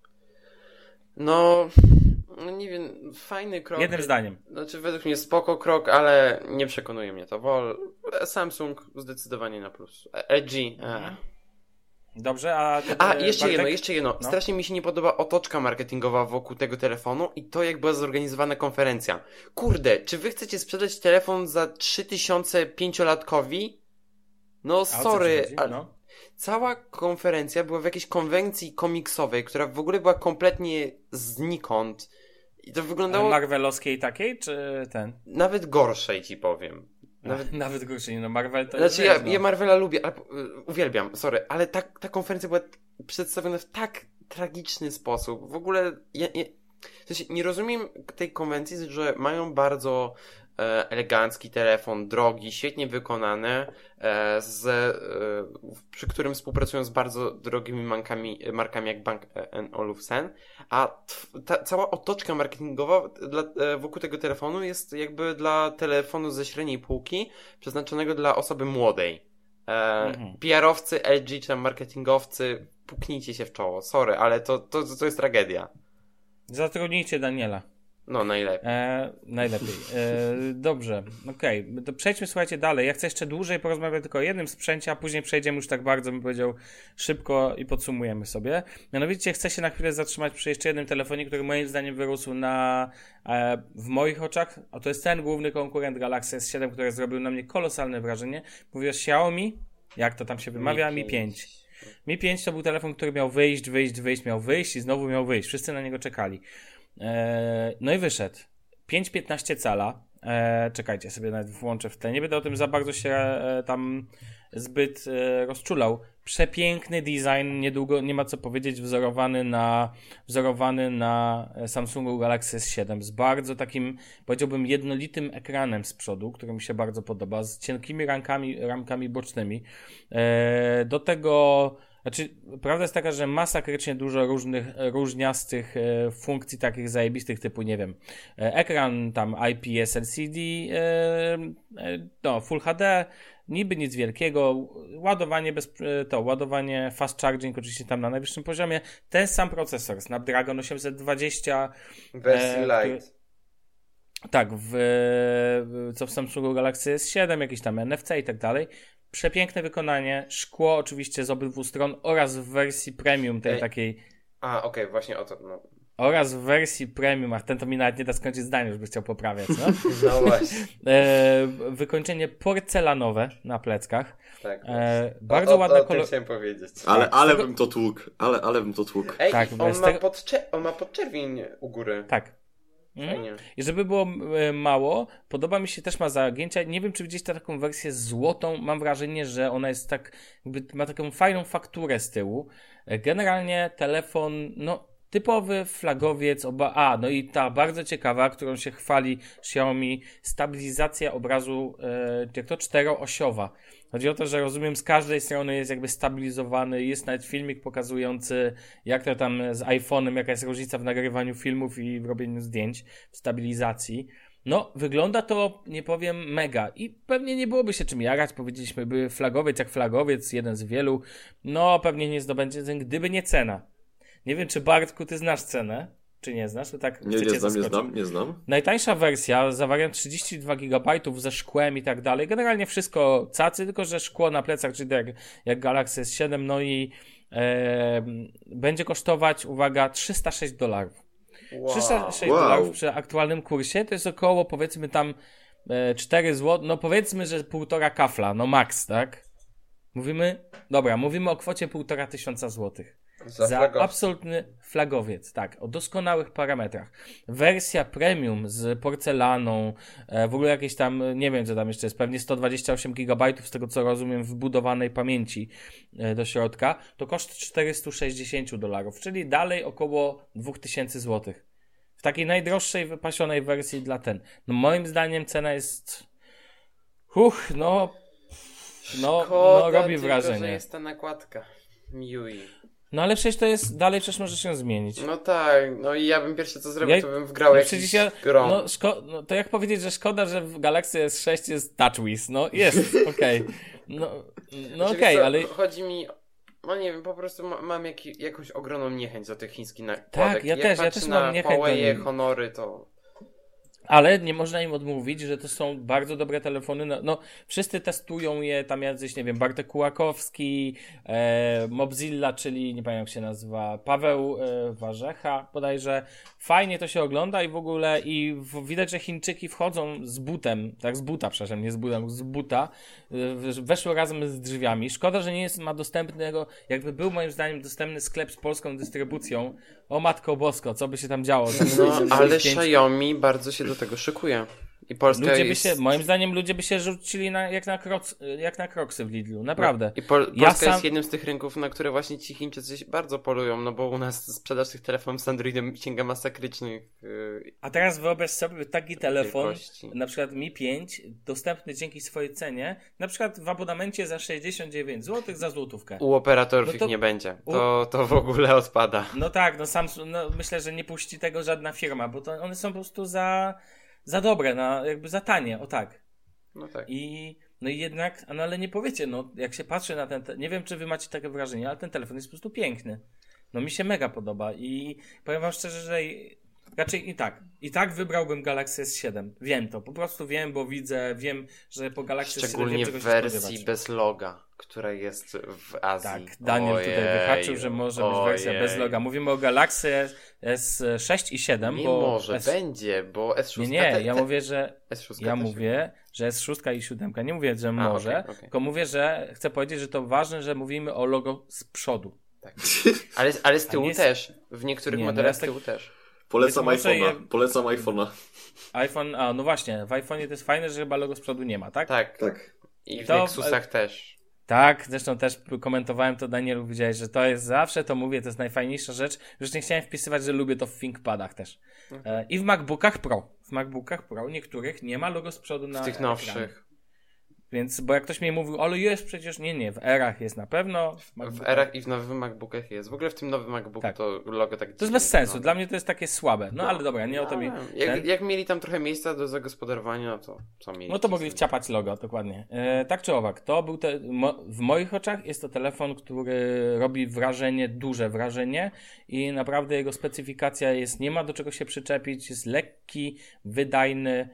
No, no nie wiem, fajny krok. Jednym zdaniem. Znaczy według mnie spoko krok, ale nie przekonuje mnie to. Wol Samsung zdecydowanie na plus. L G. E. Dobrze, a... ty- A, e, jeszcze Bartek? jedno, jeszcze jedno. No. Strasznie mi się nie podoba otoczka marketingowa wokół tego telefonu i to, jak była zorganizowana konferencja. Kurde, czy wy chcecie sprzedać telefon za trzy tysiące pięciolatkowi? No, A o co ci sorry, chodzi? ale No. cała konferencja była w jakiejś konwencji komiksowej, która w ogóle była kompletnie znikąd. I to Ale wyglądało Marvelowskiej takiej, czy ten? nawet gorszej, ci powiem. Nawet... Nawet, Nawet gorszej, no Marvel to Znaczy, jest, ja, no. ja Marvela lubię, ale, y, uwielbiam, sorry, ale ta, ta konferencja była przedstawiona w tak tragiczny sposób. W ogóle, ja, ja, w sensie nie rozumiem tej konwencji, że mają bardzo e, elegancki telefon, drogi, świetnie wykonany, e, z, e, przy którym współpracują z bardzo drogimi markami, markami jak Bang and Olufsen, a t, ta cała otoczka marketingowa dla, e, wokół tego telefonu jest jakby dla telefonu ze średniej półki, przeznaczonego dla osoby młodej. E, Mhm. P R-owcy, L G czy tam marketingowcy, puknijcie się w czoło, sorry, ale to, to, to jest tragedia. Zatrudnijcie Daniela. No, najlepiej. E, najlepiej. E, dobrze, okej. To przejdźmy, słuchajcie, dalej. Ja chcę jeszcze dłużej porozmawiać tylko o jednym sprzęcie, a później przejdziemy już tak bardzo, bym powiedział, szybko i podsumujemy sobie. Mianowicie chcę się na chwilę zatrzymać przy jeszcze jednym telefonie, który moim zdaniem wyrósł na, e, w moich oczach, a to jest ten główny konkurent Galaxy S siedem, który zrobił na mnie kolosalne wrażenie. Mówię o Xiaomi, jak to tam się wymawia, Mi pięć. Mi pięć to był telefon, który miał wyjść, wyjść, wyjść, miał wyjść i znowu miał wyjść. Wszyscy na niego czekali. Eee, no i wyszedł. pięć piętnaście cala. Eee, czekajcie, sobie nawet włączę w tle. Nie będę o tym za bardzo się e, tam zbyt e, rozczulał. Przepiękny design, niedługo, nie ma co powiedzieć, wzorowany na, wzorowany na Samsungu Galaxy S siedem z bardzo takim, powiedziałbym, jednolitym ekranem z przodu, który mi się bardzo podoba, z cienkimi ramkami, ramkami bocznymi. Eee, do tego Znaczy, prawda jest taka, że masakrycznie dużo różnych, różniastych e, funkcji takich zajebistych typu, nie wiem, e, ekran tam I P S L C D, e, e, no, Full H D, niby nic wielkiego, ładowanie bez, e, to, ładowanie fast charging oczywiście tam na najwyższym poziomie, ten sam procesor, Snapdragon osiemset dwadzieścia, Wersji e, Lite. który- tak, w, co w Samsungu Galaxy S siedem, jakieś tam N F C i tak dalej. Przepiękne wykonanie, szkło oczywiście z obydwu stron oraz w wersji premium tej Ej. takiej, A, okej, właśnie o to, no. oraz w wersji premium, a ten to mi nawet nie da skończyć zdania, już by chciał poprawiać, no. No właśnie, E, wykończenie porcelanowe na pleckach. tak. E, bardzo o, o, ładna o tym kolor... chciałem powiedzieć. Ale, ale z tego- bym to tłukł, ale, ale bym to tłukł. Ej, Tak, on, z ma tego- podcze- on ma podczerwień u góry. Tak, Fajnie. I żeby było e, mało, podoba mi się też ma zagięcia. Nie wiem, czy widzieliście taką wersję złotą. Mam wrażenie, że ona jest tak, jakby ma taką fajną fakturę z tyłu. E, generalnie telefon, no typowy flagowiec. Oba, a, no i ta bardzo ciekawa, którą się chwali Xiaomi, stabilizacja obrazu, e, jak to czteroosiowa. Chodzi o to, że rozumiem, z każdej strony jest jakby stabilizowany, jest nawet filmik pokazujący, jak to tam z iPhone'em, jaka jest różnica w nagrywaniu filmów i w robieniu zdjęć, w stabilizacji. No, wygląda to, nie powiem, mega i pewnie nie byłoby się czym jarać, powiedzieliśmy, by flagowiec jak flagowiec, jeden z wielu, no pewnie nie zdobędzie, gdyby nie cena. Nie wiem, czy Bartku, ty znasz cenę? Czy nie znasz? To tak nie, nie znam, nie znam, nie znam. Najtańsza wersja za wariant trzydzieści dwa gigabajtów ze szkłem i tak dalej. Generalnie wszystko cacy, tylko że szkło na plecach, czyli jak, jak Galaxy S siedem, no i e, będzie kosztować, uwaga, trzysta sześć dolarów. Wow. trzysta sześć Wow. dolarów przy aktualnym kursie to jest około, powiedzmy tam e, cztery złote, no powiedzmy, że półtora kafla, no max, tak? Mówimy, dobra, mówimy o kwocie półtora tysiąca złotych. Za, Za flagowiec. absolutny flagowiec, tak, o doskonałych parametrach. Wersja premium z porcelaną, e, w ogóle jakieś tam, nie wiem co tam jeszcze jest, pewnie sto dwadzieścia osiem gigabajtów z tego co rozumiem wbudowanej pamięci e, do środka, to koszt czterysta sześćdziesiąt dolarów, czyli dalej około dwa tysiące złotych. W takiej najdroższej, wypasionej wersji dla ten. No moim zdaniem cena jest, huch, no, no, Szkoda, no robi tylko, wrażenie. że jest ta nakładka. Miui. No ale przecież to jest, dalej przecież może się zmienić. No tak, no i ja bym pierwsze co zrobił, Ja- to bym wgrał no jakiś przecież ja- grom. No, szko- no to jak powiedzieć, że szkoda, że w Galaxy S sześć jest TouchWiz. No jest, okej. No, no Znaczy, okej, wiesz co, ale Chodzi mi, no nie wiem, po prostu ma, mam jak, jakąś ogromną niechęć do tych chińskich nakładek. Tak, ja jak też, ja patrzę też na mam niechęć do Huawei, nich. Honory, to... Ale nie można im odmówić, że to są bardzo dobre telefony. No, no wszyscy testują je, tam jacyś, nie wiem, Bartek Kułakowski, e, Mobzilla, czyli nie pamiętam jak się nazywa, Paweł e, Warzecha bodajże. Fajnie to się ogląda i w ogóle i w, widać, że Chińczyki wchodzą z butem, tak z buta, przepraszam, nie z butem, z buta, e, weszły razem z drzwiami. Szkoda, że nie jest, ma dostępnego, jakby był moim zdaniem dostępny sklep z polską dystrybucją. O matko bosko, co by się tam działo? Tam No, będzie ale pięć- Xiaomi bardzo się do tego szykuje. I Polska Ludzie by jest... się, moim zdaniem ludzie by się rzucili na, jak, na kroc, jak na kroksy w Lidlu, naprawdę. I Pol- Ja Polska sam- jest jednym z tych rynków, na które właśnie ci Chińczycy się bardzo polują, no bo u nas sprzedaż tych telefonów z Androidem sięga masakrycznych yy, A teraz wyobraź sobie taki telefon, wielkości. na przykład Mi pięć, dostępny dzięki swojej cenie, na przykład w abonamencie za sześćdziesiąt dziewięć złotych za złotówkę. U operatorów No to- ich nie będzie. To, to w ogóle odpada. No tak, no sam, no myślę, że nie puści tego żadna firma, bo to one są po prostu za, za dobre, na, jakby za tanie, o tak. No tak. I no i jednak, no ale nie powiecie, no jak się patrzy na ten, te- nie wiem czy wy macie takie wrażenie, ale ten telefon jest po prostu piękny. No mi się mega podoba i powiem wam szczerze, że i- raczej i tak, i tak wybrałbym Galaxy S siedem. Wiem to, po prostu wiem, bo widzę, wiem, że po Galaxy S siedem Szczególnie wiem w czego się wersji spodziewać. bez loga, która jest w Azji. Tak, Daniel Ojej, tutaj wyhaczył, że może być wersja ojej. bez loga. Mówimy o Galaxy S sześć i siedem, Nie bo może, S... będzie, bo S sześć... Nie, nie, te- ja te- mówię, że S sześć ja też mówię, że S sześć i siedem. Nie mówię, że A, może, okej, okej. tylko mówię, że chcę powiedzieć, że to ważne, że mówimy o logo z przodu. Tak. Ale, ale z A tyłu nie z- też. W niektórych Nie, no modelach ja z tak- tyłu też. Polecam Więc może iPhone'a, je- polecam iPhone'a. iPhone, a no właśnie, w iPhone'ie to jest fajne, że chyba logo z przodu nie ma, tak? Tak. Tak. I w To- Nexusach też. Tak, zresztą też komentowałem to, Danielu, widziałeś, że to jest zawsze, to mówię, to jest najfajniejsza rzecz. Już nie chciałem wpisywać, że lubię to w ThinkPadach też. E, I w MacBookach Pro. W MacBookach Pro niektórych nie ma logo z przodu na W tych ekranie. nowszych. Więc, bo jak ktoś mi mówił, ale jest przecież, nie, nie, w erach jest na pewno. W MacBookach- erach i w nowych MacBookach jest. W ogóle w tym nowym MacBooku Tak. to logo tak To jest bez sensu, dla mnie to jest takie słabe. No ale dobra, nie o to mi... Jak, ten- jak mieli tam trochę miejsca do zagospodarowania, no to co mieli? No to mogli wciapać logo, dokładnie. E, tak czy owak, to był te, mo, w moich oczach jest to telefon, który robi wrażenie, duże wrażenie i naprawdę jego specyfikacja jest, nie ma do czego się przyczepić, jest lekki, wydajny,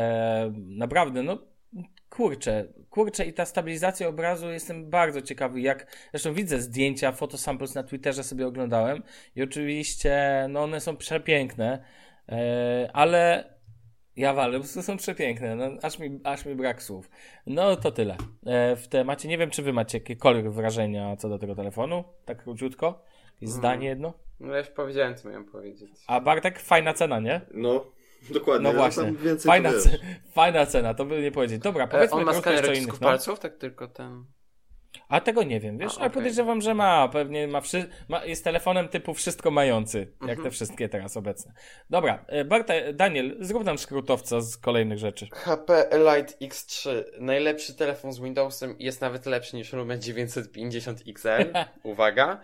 e, naprawdę, no kurczę, kurczę i ta stabilizacja obrazu, jestem bardzo ciekawy, jak, zresztą widzę zdjęcia, fotosamples na Twitterze sobie oglądałem i oczywiście, no one są przepiękne, e, ale ja walę, po prostu są przepiękne, no, aż, mi, aż mi brak słów. No to tyle e, w temacie, nie wiem czy wy macie jakiekolwiek wrażenia co do tego telefonu, tak króciutko, jakieś zdanie jedno, No ja już powiedziałem, co miałem powiedzieć. a Bartek, fajna cena, nie? No, Dokładnie. No ja właśnie, tam więcej fajna, to ce- wiesz. fajna cena, to by nie powiedzieć. Dobra, E, powiedzmy on ma krótko skaner jeszcze o odcisków innych. No. palców, tak tylko ten... A tego nie wiem, wiesz, A, ale okej. podejrzewam, że ma, pewnie ma, wszy... ma, jest telefonem typu wszystko mający, jak Mhm. te wszystkie teraz obecne. Dobra, e, Barta, Daniel, zrób nam skrótowca z kolejnych rzeczy. H P Elite X trzy. Najlepszy telefon z Windowsem i jest nawet lepszy niż Lumia dziewięćset pięćdziesiąt X L. Uwaga.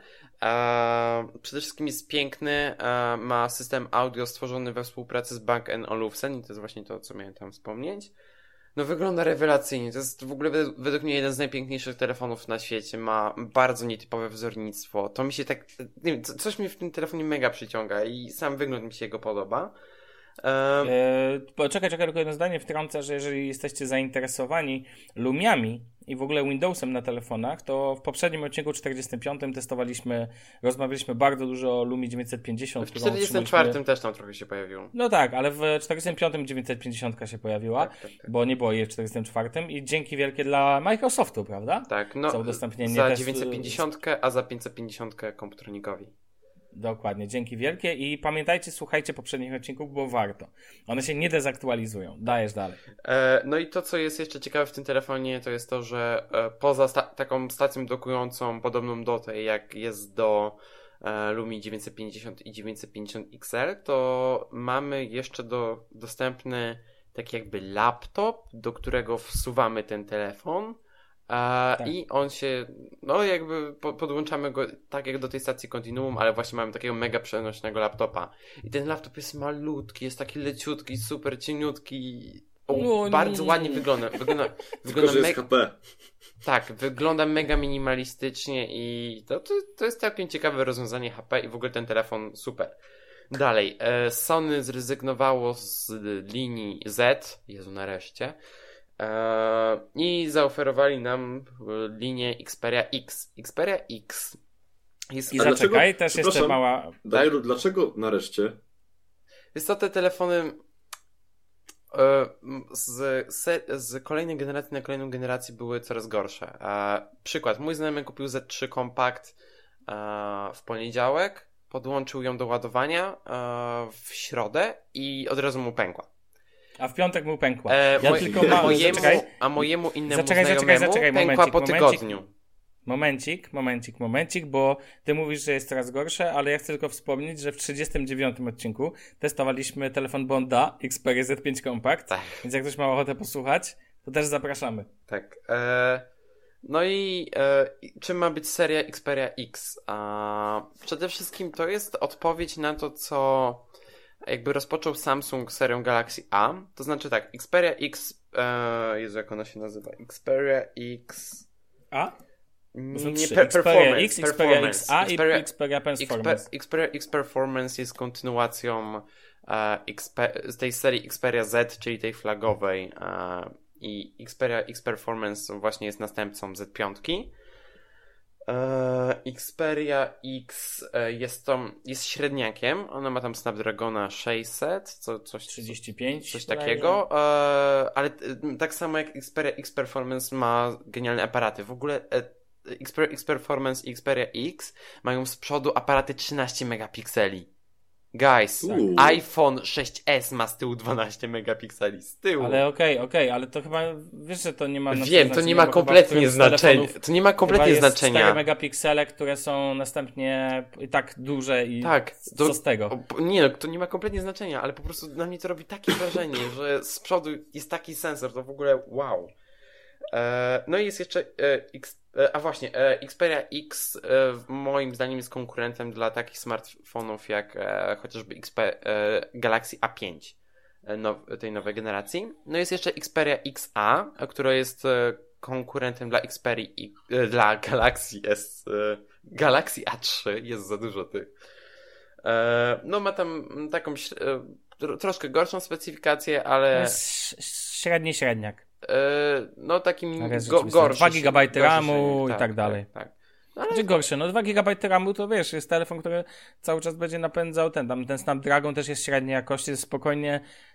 E, przede wszystkim jest piękny, e, ma system audio stworzony we współpracy z Bang and Olufsen i to jest właśnie to, co miałem tam wspomnieć. No wygląda rewelacyjnie, to jest w ogóle według, według mnie jeden z najpiękniejszych telefonów na świecie, ma bardzo nietypowe wzornictwo, to mi się tak, nie wiem, co- coś mnie w tym telefonie mega przyciąga i sam wygląd mi się jego podoba. E, E, poczekaj, czekaj, tylko jedno zdanie wtrącę, że jeżeli jesteście zainteresowani Lumiami i w ogóle Windowsem na telefonach, to w poprzednim odcinku czterdziestym piątym testowaliśmy, rozmawialiśmy bardzo dużo o Lumii dziewięćset pięćdziesiąt. w którą czterdziestym czwartym otrzymaliśmy- też tam trochę się pojawiło. No tak, ale w czterdziestym piątym dziewięćset pięćdziesiąt się pojawiła, Tak, tak, tak. bo nie było jej w czterdziestym czwartym i dzięki wielkie dla Microsoftu, prawda? Tak, no Za udostępnienie za też- dziewięćset pięćdziesiąt, a za pięćset pięćdziesiąt Komputronikowi. Dokładnie, dzięki wielkie i pamiętajcie, słuchajcie poprzednich odcinków, bo warto. One się nie dezaktualizują. Dajesz dalej. E, no i to, co jest jeszcze ciekawe w tym telefonie, to jest to, że e, poza sta- taką stacją dokującą podobną do tej, jak jest do e, Lumii dziewięćset pięćdziesiąt i dziewięćset pięćdziesiąt X L, to mamy jeszcze do, dostępny taki jakby laptop, do którego wsuwamy ten telefon. E, Tak. I on się, no jakby po, podłączamy go tak jak do tej stacji Continuum, ale właśnie mamy takiego mega przenośnego laptopa. I ten laptop jest malutki, jest taki leciutki, super cieniutki. O, No bardzo nie. ładnie wygląda. Wygląda, Tylko, wygląda że jest me- H P. tak, wygląda mega minimalistycznie i to, to, to jest całkiem ciekawe rozwiązanie H P i w ogóle ten telefon super. Dalej, e, Sony zrezygnowało z linii Z, Jezu nareszcie, e, i zaoferowali nam e, linię Xperia X. Xperia X jest, I A zaczekaj, dlaczego- też jeszcze przepraszam. mała... Danielu, dlaczego nareszcie? jest to te telefony e, z, se, z kolejnej generacji na kolejną generację były coraz gorsze. E, przykład, mój znajomy kupił Z trzy Compact e, w poniedziałek, podłączył ją do ładowania e, w środę i od razu mu pękła. A w piątek mu pękła. E, Ja moj- tylko a, mam... mojemu, Zaczekaj, a mojemu innemu Zaczekaj, zaczekaj, znajomemu zaczekaj, pękła momencik, po momencik. tygodniu. momencik, momencik, momencik, bo ty mówisz, że jest coraz gorsze, ale ja chcę tylko wspomnieć, że w trzydziestym dziewiątym odcinku testowaliśmy telefon Bonda Xperia Z pięć Compact, Tak. więc jak ktoś ma ochotę posłuchać, to też zapraszamy. Tak. E, no i e, i czym ma być seria Xperia X? A, przede wszystkim to jest odpowiedź na to, co jakby rozpoczął Samsung serią Galaxy A. To znaczy tak, Xperia X, e, Jezu, jak ona się nazywa? Xperia X... A? Nie, Są nie, trzy. per, Xperia performance, X, Xperia performance. X A Xperia, i Xperia Performance. Xperia, Xperia X Performance jest kontynuacją e, Xpe- z tej serii Xperia Z, czyli tej flagowej, e, i Xperia X Performance właśnie jest następcą Z pięć. E, Xperia X e, jest, tą, jest średniakiem, ona ma tam Snapdragona sześćset, co, coś, trzydzieści pięć. coś bodajże. takiego, e, ale e, tak samo jak Xperia X Performance ma genialne aparaty. W ogóle e, Xperia X Performance i Xperia X mają z przodu aparaty trzynaście megapikseli. Guys, Uuu. iPhone sześć S ma z tyłu dwanaście megapikseli. Z tyłu. Ale okej, okej, ale to chyba, wiesz, że to nie ma... na Wiem, to znaczenia, nie ma bo chyba kompletnie którymś z znaczenia. telefonów To nie ma kompletnie chyba jest znaczenia. cztery megapiksele, które są następnie i tak duże i Tak, co to- z tego? O, nie, no, to nie ma kompletnie znaczenia, ale po prostu na mnie to robi takie wrażenie, że z przodu jest taki sensor, to w ogóle wow. E, no i jest jeszcze e, X, e, a właśnie, e, Xperia X e, moim zdaniem jest konkurentem dla takich smartfonów jak e, chociażby Xp, e, Galaxy A pięć e, now, tej nowej generacji. No jest jeszcze Xperia X A, e, która jest e, konkurentem dla Xperii, I- e, dla Galaxy S, e, Galaxy A trzy, jest za dużo tych. E, no ma tam taką śr- e, tro- troszkę gorszą specyfikację, To ale jest ś- średni średniak. e, no takim Tak jest go, rzeczywiście. gorszy. dwa gigabajty gorszy ramu silnik, i tak dalej. Tak, tak. No, ale Znaczy gorsze, no dwa gigabajty ramu to wiesz, jest telefon, który cały czas będzie napędzał ten, tam ten Snapdragon też jest średniej jakości, jest spokojnie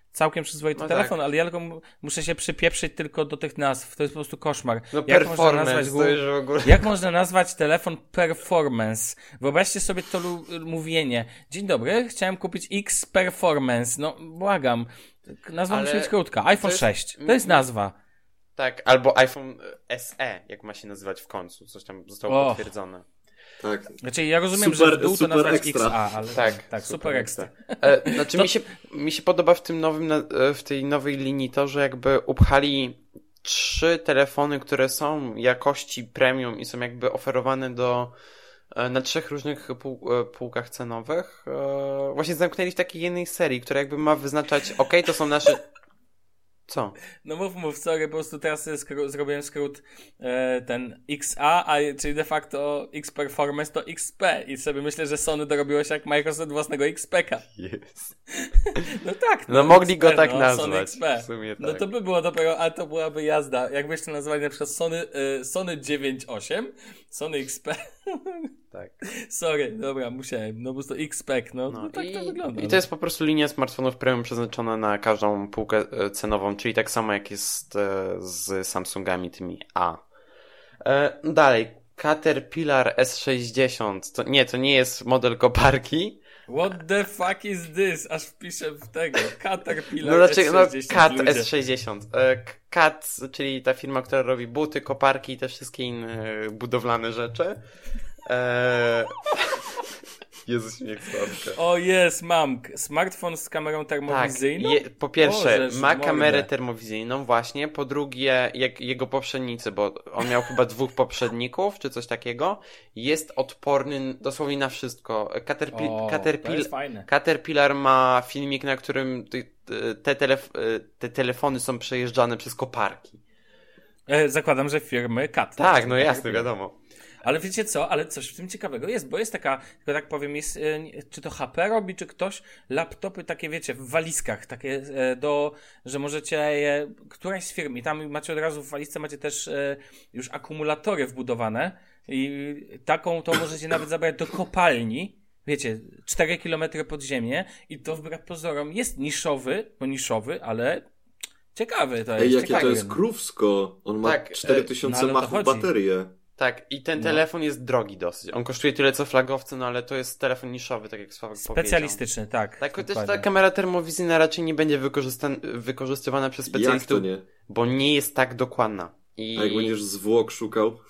całkiem przyzwoity No telefon, tak. ale ja tylko m- muszę się przypieprzyć tylko do tych nazw. To jest po prostu koszmar. No Jak można performance nazwać to już w ogóle... Jak można nazwać telefon performance? Wyobraźcie sobie to lu- mówienie. Dzień dobry, chciałem kupić X Performance. No, błagam. Nazwa Ale musi być krótka. iPhone to jest- sześć. To jest nazwa. Tak, albo iPhone S E, jak ma się nazywać w końcu. Coś tam zostało Och. potwierdzone. Tak. Znaczy, ja rozumiem, Super- że w dół to super nazwać ekstra. X A, ale Tak, tak, super ekstra. E, znaczy To- mi, się, mi się podoba w tym nowym, na- e, w tej nowej linii to, że jakby upchali trzy telefony, które są jakości premium i są jakby oferowane do e, na trzech różnych pół, e, półkach cenowych. E, właśnie zamknęli w takiej jednej serii, która jakby ma wyznaczać, okej, to są nasze... Co? No mów, mów, sorry, po prostu teraz sobie skró- zrobiłem skrót e, ten X A, a, czyli de facto X Performance to X P i sobie myślę, że Sony dorobiło się jak Microsoft własnego X P ka. Jest. No tak. No mogli X P, go tak no, nazwać. Sony X P. W sumie No tak. to by było dopiero, ale to byłaby jazda. Jakbyście nazwali na przykład Sony, y, Sony dziewięć osiem, Sony X P. Tak. Sorry, dobra, musiałem. No po prostu X P K, no, No, no tak i, to wygląda. I to jest po prostu linia smartfonów premium przeznaczona na każdą półkę e, cenową, czyli tak samo jak jest e, z Samsungami tymi A. E, dalej, Caterpillar S sześćdziesiąt. To, nie, to nie jest model koparki. What the fuck is this? Aż wpiszę w tego. Caterpillar No znaczy, no, S sześćdziesiąt, Cat ludzie. S sześćdziesiąt. E, K- Cat, czyli ta firma, która robi buty, koparki i te wszystkie inne e, budowlane rzeczy. E... Jezus, śmiech słodka. O jest, mam. K- Smartfon z kamerą Tak, termowizyjną? je, po pierwsze Bożeż ma mordę. kamerę termowizyjną właśnie, po drugie jak jego poprzednicy, bo on miał chyba dwóch poprzedników, czy coś takiego, jest odporny dosłownie na wszystko. Caterpi- O, to Caterpil- jest fajne. Caterpillar ma filmik, na którym ty- te, telef- te telefony są przejeżdżane przez koparki. E, zakładam, że firmy Cat. Tak, no jasne, wiadomo. Ale wiecie co, ale coś w tym ciekawego jest, bo jest taka, tylko tak powiem, jest, e, nie- czy to H P robi, czy ktoś, laptopy takie, wiecie, w walizkach, takie e, do, że możecie je, któraś z firm, i tam macie od razu w walizce, macie też e, już akumulatory wbudowane i taką to możecie nawet zabrać do kopalni, wiecie, cztery kilometry pod ziemię i to wbrew pozorom jest niszowy, bo niszowy, ale ciekawy to jest. Ej, jakie ciekawy. to jest krówsko. On ma Tak, cztery no tysiące ale o to machów chodzi. baterię. Tak, i ten No. telefon jest drogi dosyć. On kosztuje tyle co flagowce, no ale to jest telefon niszowy, tak jak Sławek powiedział. Specjalistyczny, tak. Tak, też dokładnie. ta kamera termowizyjna raczej nie będzie wykorzystan- wykorzystywana przez Jak to specjalistów, nie? bo nie jest tak dokładna. I... A jak będziesz zwłok szukał?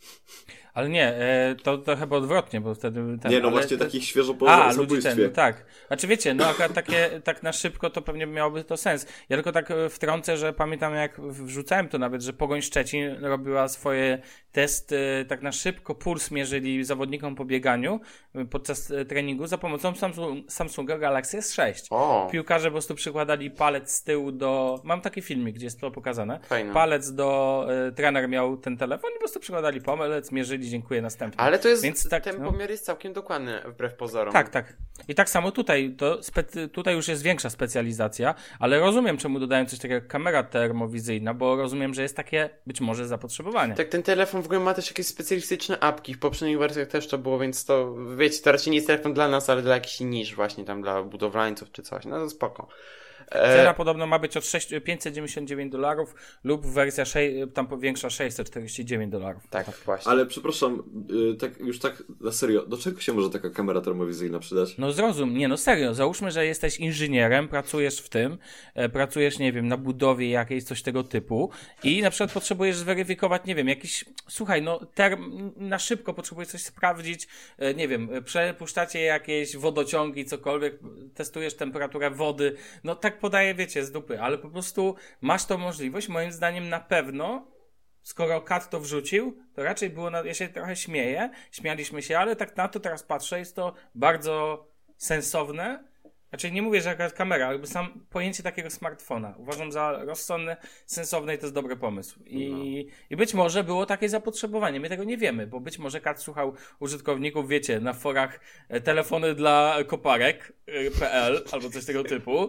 Ale nie, e, to, to chyba odwrotnie, bo wtedy... Ten, Nie, no ale właśnie to- takich świeżo po A, ludzi zabójstwie. ten, no tak. Znaczy wiecie, no akurat takie, tak na szybko to pewnie miałoby to sens. Ja tylko tak e, wtrącę, że pamiętam jak wrzucałem to nawet, że Pogoń Szczecin robiła swoje testy, tak na szybko puls mierzyli zawodnikom po bieganiu e, podczas e, treningu za pomocą Samsung, Samsunga Galaxy S sześć. O, Piłkarze po prostu przykładali palec z tyłu do... Mam taki filmik, gdzie jest to pokazane. fajne. Palec do... E, trener miał ten telefon i po prostu przykładali palec, mierzyli, dziękuję, następny. Ale to jest, Więc tak, ten no. pomiar jest całkiem dokładny, wbrew pozorom. Tak, tak. I tak samo tutaj, to spe- tutaj już jest większa specjalizacja, ale rozumiem, czemu dodają coś takiego jak kamera termowizyjna, bo rozumiem, że jest takie być może zapotrzebowanie. Tak, ten telefon w ogóle ma też jakieś specjalistyczne apki, w poprzednich wersjach też to było, więc to, wiecie, to raczej nie jest telefon dla nas, ale dla jakichś nisz właśnie tam, dla budowlańców czy coś, no to spoko. Cena E, podobno ma być od sześć, pięćset dziewięćdziesiąt dziewięć dolarów lub wersja sze- tam większa sześćset czterdzieści dziewięć dolarów. tak, właśnie. Ale przepraszam, y, tak już tak na serio, do czego się może taka kamera termowizyjna przydać? No zrozum, nie no serio, załóżmy, że jesteś inżynierem, pracujesz w tym, e, pracujesz, nie wiem, na budowie jakiejś, coś tego typu i na przykład potrzebujesz zweryfikować, nie wiem, jakiś, słuchaj, no term, na szybko potrzebujesz coś sprawdzić, e, nie wiem, e, przepuszczacie jakieś wodociągi, cokolwiek, testujesz temperaturę wody, no tak podaje, wiecie, z dupy, ale po prostu masz tą możliwość, moim zdaniem na pewno, skoro Kat to wrzucił, to raczej było, na, ja się trochę śmieję, śmialiśmy się, ale tak na to teraz patrzę, jest to bardzo sensowne. Znaczy nie mówię, że jakaś kamera, ale sam pojęcie takiego smartfona uważam za rozsądne, sensowne i to jest dobry pomysł. I, No. i być może było takie zapotrzebowanie, my tego nie wiemy, bo być może Kat słuchał użytkowników, wiecie, na forach e, telefony dla koparek e, kropka pe el albo coś tego typu.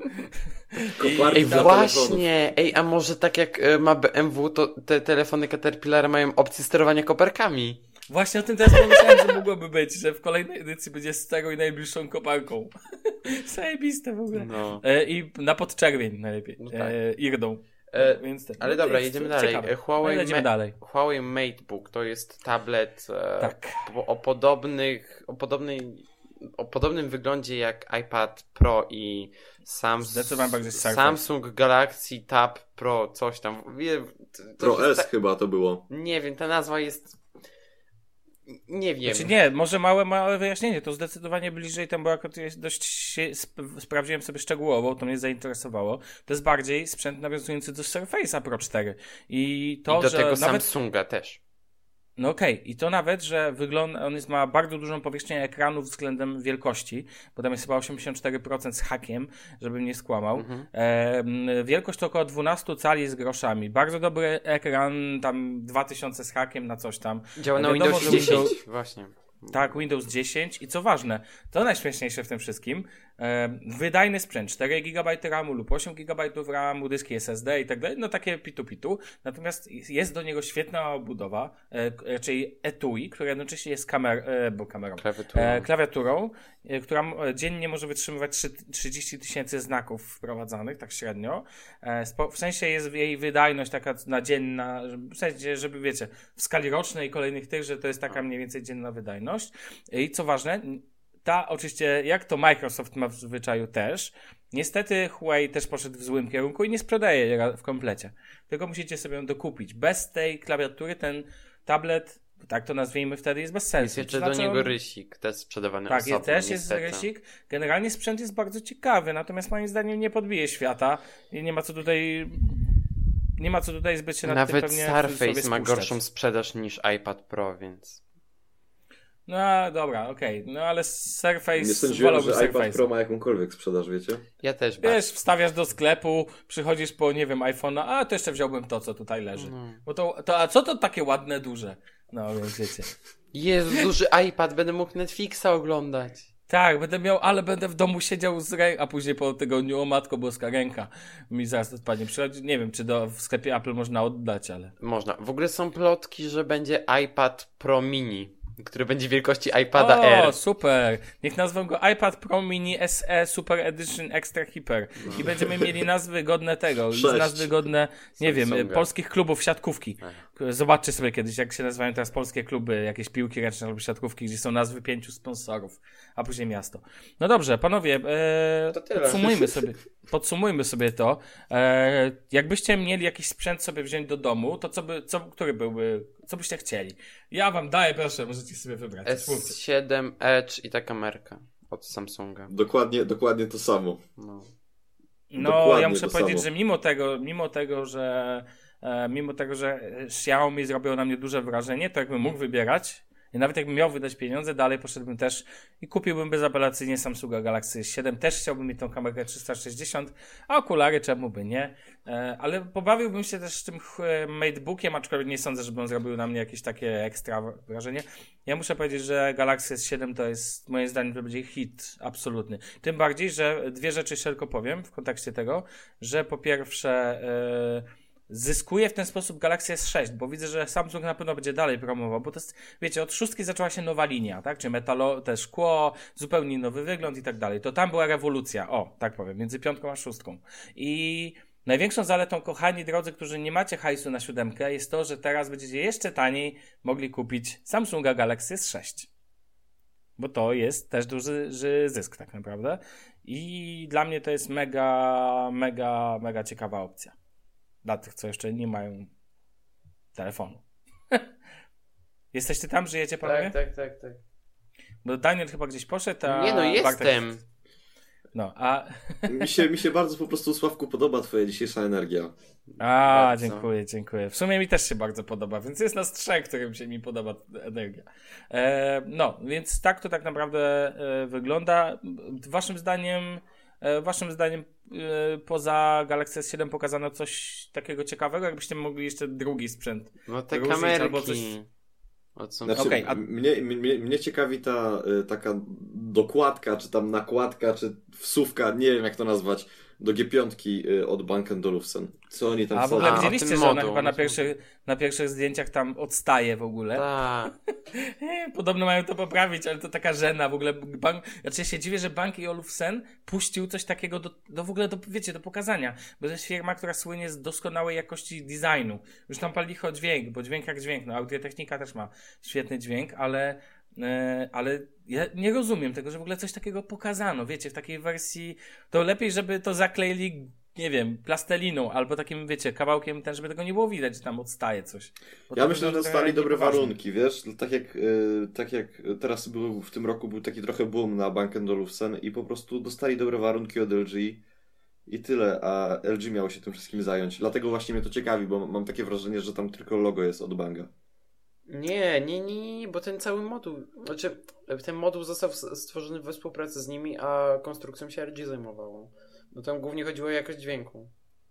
Koparki Ej, dla właśnie, ej, a może tak jak e, ma B M W, to te telefony Caterpillara mają opcję sterowania koparkami? Właśnie o tym teraz pomyślałem, że mogłoby być, że w kolejnej edycji będzie steruj najbliższą koparką. Zajebiste w ogóle. No. E, I na podczerwień najlepiej. No tak. E, Irdą. E, Więc ten, ale no dobra, jest jedziemy dalej. ciekawe. Huawei, No, jedziemy Ma- dalej. Huawei MateBook to jest tablet e, Tak. po, o podobnych, o podobnej, o podobnym wyglądzie jak iPad Pro i Sam- Zdecydowanie bardziej Surface. Samsung Galaxy Tab Pro, coś tam. Wie, to, to Pro jest S ta- chyba to było. Nie wiem, ta nazwa jest... Nie wiem. Znaczy nie, może małe, małe wyjaśnienie, to zdecydowanie bliżej temu, bo akurat jest dość się, sp- sprawdziłem sobie szczegółowo, to mnie zainteresowało. To jest bardziej sprzęt nawiązujący do Surface'a Pro cztery. I to, I do że tego nawet... Samsunga też. No okej, okay. I to nawet, że wygląda, on jest, ma bardzo dużą powierzchnię ekranu względem wielkości, bo tam jest chyba osiemdziesiąt cztery procent z hakiem, żebym nie skłamał. Mhm. E, wielkość to około dwanaście cali z groszami. Bardzo dobry ekran, tam dwa tysiące z hakiem na coś tam. Działa na Wiadomo, Windows że dziesięć, Windows- właśnie. Tak, Windows dziesięć i co ważne, to najśmieszniejsze w tym wszystkim, e, wydajny sprzęt, cztery giga ramu lub osiem giga ramu, dyski S S D i tak dalej, no takie pitu-pitu, natomiast jest do niego świetna obudowa, e, czyli etui, która jednocześnie jest kamer, e, bo kamerą, Klawiaturą. e, klawiaturą, e, która m- dziennie może wytrzymywać trzy- trzydzieści tysięcy znaków wprowadzanych, tak średnio, e, spo, w sensie jest jej wydajność taka nadzienna, żeby- w sensie, żeby wiecie, w skali rocznej i kolejnych tych, że to jest taka mniej więcej dzienna wydajność. I co ważne, ta oczywiście, jak to Microsoft ma w zwyczaju też, niestety Huawei też poszedł w złym kierunku i nie sprzedaje jej w komplecie. Tylko musicie sobie ją dokupić. Bez tej klawiatury ten tablet, tak to nazwijmy wtedy, jest bez sensu. Jest jeszcze To znaczy, do niego on- rysik, też sprzedawany Tak, osobno, jest, też niestety. jest rysik. Generalnie sprzęt jest bardzo ciekawy, natomiast moim zdaniem nie podbije świata i nie ma co tutaj... Nie ma co tutaj zbyt się nad Nawet tym pewnie sobie Surface ma spuszczać. gorszą sprzedaż niż iPad Pro, więc... No dobra, okej. Okay. No ale Surface... Nie sądziłem, wolałbym że iPad Surface'a. Pro ma jakąkolwiek sprzedaż, wiecie? Ja też bardzo. Wiesz, wstawiasz do sklepu, przychodzisz po, nie wiem, iPhone'a, a to jeszcze wziąłbym to, co tutaj leży. No. Bo to, to, a co to takie ładne, duże? No, więc wiecie. Jezu, duży iPad, będę mógł Netflixa oglądać. Tak, będę miał, ale będę w domu siedział z rę... a później po tygodniu, o matko boska, ręka mi zaraz odpadnie. Przychodzi, nie wiem, czy do, w sklepie Apple można oddać, ale... Można. W ogóle są plotki, że będzie iPad Pro Mini, który będzie wielkości iPada O, R. super! Niech nazwą go iPad Pro Mini S E Super Edition Extra Hyper. No. I będziemy mieli nazwy godne tego. Sześć. Nazwy godne, nie wiem, Samsunga. polskich klubów siatkówki. Zobaczcie sobie kiedyś, jak się nazywają teraz polskie kluby, jakieś piłki ręczne albo siatkówki, gdzie są nazwy pięciu sponsorów, a później miasto. No dobrze, panowie, e, To tyle. podsumujmy sobie, podsumujmy sobie to. E, jakbyście mieli jakiś sprzęt sobie wziąć do domu, to co by, co, który byłby, co byście chcieli? Ja wam daję, proszę, możecie sobie wybrać. Mówcie. S siedem Edge i ta kamerka od Samsunga. Dokładnie, dokładnie to samo. No. No, Dokładnie ja muszę to powiedzieć, samo. że mimo tego, mimo tego, że e, mimo tego, że Xiaomi zrobiło na mnie duże wrażenie, to jakbym mógł wybierać i nawet jakbym miał wydać pieniądze, dalej poszedłbym też i kupiłbym bezapelacyjnie Samsunga Galaxy siedem. Też chciałbym mieć tą kamerę trzysta sześćdziesiąt, a okulary czemu by nie. E, ale pobawiłbym się też tym e, MateBookiem, aczkolwiek nie sądzę, żeby on zrobił na mnie jakieś takie ekstra wrażenie. Ja muszę powiedzieć, że Galaxy S siedem to jest moim zdaniem to będzie hit absolutny. Tym bardziej, że dwie rzeczy tylko powiem w kontekście tego, że po pierwsze e, zyskuje w ten sposób Galaxy S sześć, bo widzę, że Samsung na pewno będzie dalej promował, bo to jest, wiecie, od szóstki zaczęła się nowa linia, tak, czy metalo, te szkło, zupełnie nowy wygląd i tak dalej. To tam była rewolucja, o, tak powiem, między piątką a szóstką. I największą zaletą, kochani drodzy, którzy nie macie hajsu na siódemkę, jest to, że teraz będziecie jeszcze taniej mogli kupić Samsunga Galaxy S sześć. Bo to jest też duży, duży zysk tak naprawdę. I dla mnie to jest mega, mega, mega ciekawa opcja. Dla tych, co jeszcze nie mają telefonu. Jesteście tam? Żyjecie, panowie? Tak, tak, tak, tak. Bo Daniel chyba gdzieś poszedł, a Nie no, jestem. Bartek... No, a... Mi się, mi się bardzo po prostu, Sławku, podoba twoja dzisiejsza energia. A, Bardzo. dziękuję, dziękuję. W sumie mi też się bardzo podoba, więc jest nas trzech, którym się mi podoba energia. E, no, więc tak to tak naprawdę e, wygląda. Waszym zdaniem, e, waszym zdaniem e, poza Galaxy S siedem pokazano coś takiego ciekawego? Jakbyście mogli jeszcze drugi sprzęt No te Różnic kamerki. albo coś- Od są... Znaczy, Okej, a- m- mnie, mnie, mnie ciekawi ta y, taka dokładka, czy tam nakładka, czy wsówka, nie wiem jak to nazwać, do G pięć y, od Bang and Olufsen. Co oni tam A w ogóle A, widzieliście, ten że ona moduł, chyba na no. pierwszych, na pierwszych zdjęciach tam odstaje w ogóle. Tak. Podobno mają to poprawić, ale to taka żena w ogóle. Bank, znaczy ja się dziwię, że Bang i Olufsen puścił coś takiego do, do w ogóle, do, wiecie, do pokazania. Bo to jest firma, która słynie z doskonałej jakości designu. Już tam pali licho dźwięk, bo dźwięk jak dźwięk. No Audiotechnika też ma świetny dźwięk, ale e, ale ja nie rozumiem tego, że w ogóle coś takiego pokazano. Wiecie, w takiej wersji to lepiej, żeby to zakleili, nie wiem, plasteliną albo takim, wiecie, kawałkiem ten, żeby tego nie było widać, że tam odstaje coś. Bo Ja to myślę, że wygląda dostali dobre niepoważnie. warunki, wiesz? Tak jak, y, tak jak teraz był, w tym roku był taki trochę boom na Bang and Olufsen i po prostu dostali dobre warunki od L G i tyle, a L G miało się tym wszystkim zająć. Dlatego właśnie mnie to ciekawi, bo mam takie wrażenie, że tam tylko logo jest od Banga. Nie, nie, nie, nie, bo ten cały moduł, znaczy ten moduł został stworzony we współpracy z nimi, a konstrukcją się L G zajmowało. Bo tam głównie chodziło o jakość dźwięku.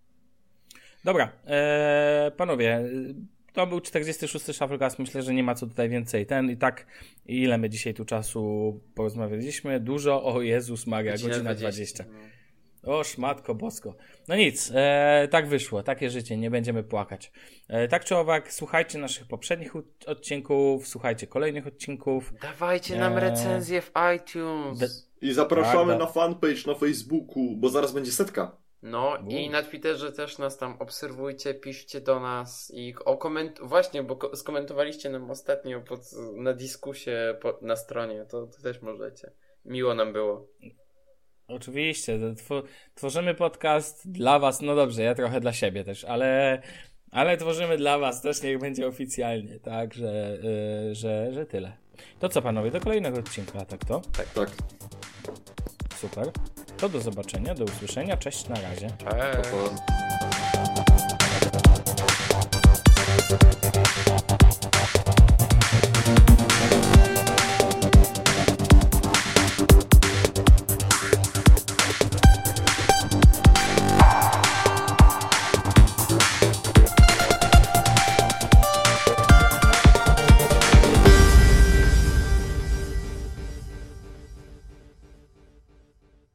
Dobra, e, panowie, to był czterdziesty szósty Shufflecast, myślę, że nie ma co tutaj więcej. Ten i tak, ile my dzisiaj tu czasu porozmawialiśmy? Dużo, o Jezus Maria, godzina dwadzieścia. No. O, szmatko bosko. No nic, e, tak wyszło, takie życie, nie będziemy płakać. E, tak czy owak, słuchajcie naszych poprzednich u- odcinków, słuchajcie kolejnych odcinków. Dawajcie nam Eee, recenzję w iTunes. de- I zapraszamy Tak, na fanpage na Facebooku, bo zaraz będzie setka. No U. i na Twitterze też nas tam obserwujcie, piszcie do nas i o koment... Właśnie, bo ko- skomentowaliście nam ostatnio pod, na dyskusie po, na stronie, to, to też możecie. Miło nam było. Oczywiście, to tw- tworzymy podcast dla was, no dobrze, ja trochę dla siebie też, ale, ale tworzymy dla was, też niech będzie oficjalnie, tak, że, y, że, że tyle. To co panowie, do kolejnego odcinka, tak to? Tak. Super. To do zobaczenia, do usłyszenia, cześć, na razie. Cześć. Pa, pa.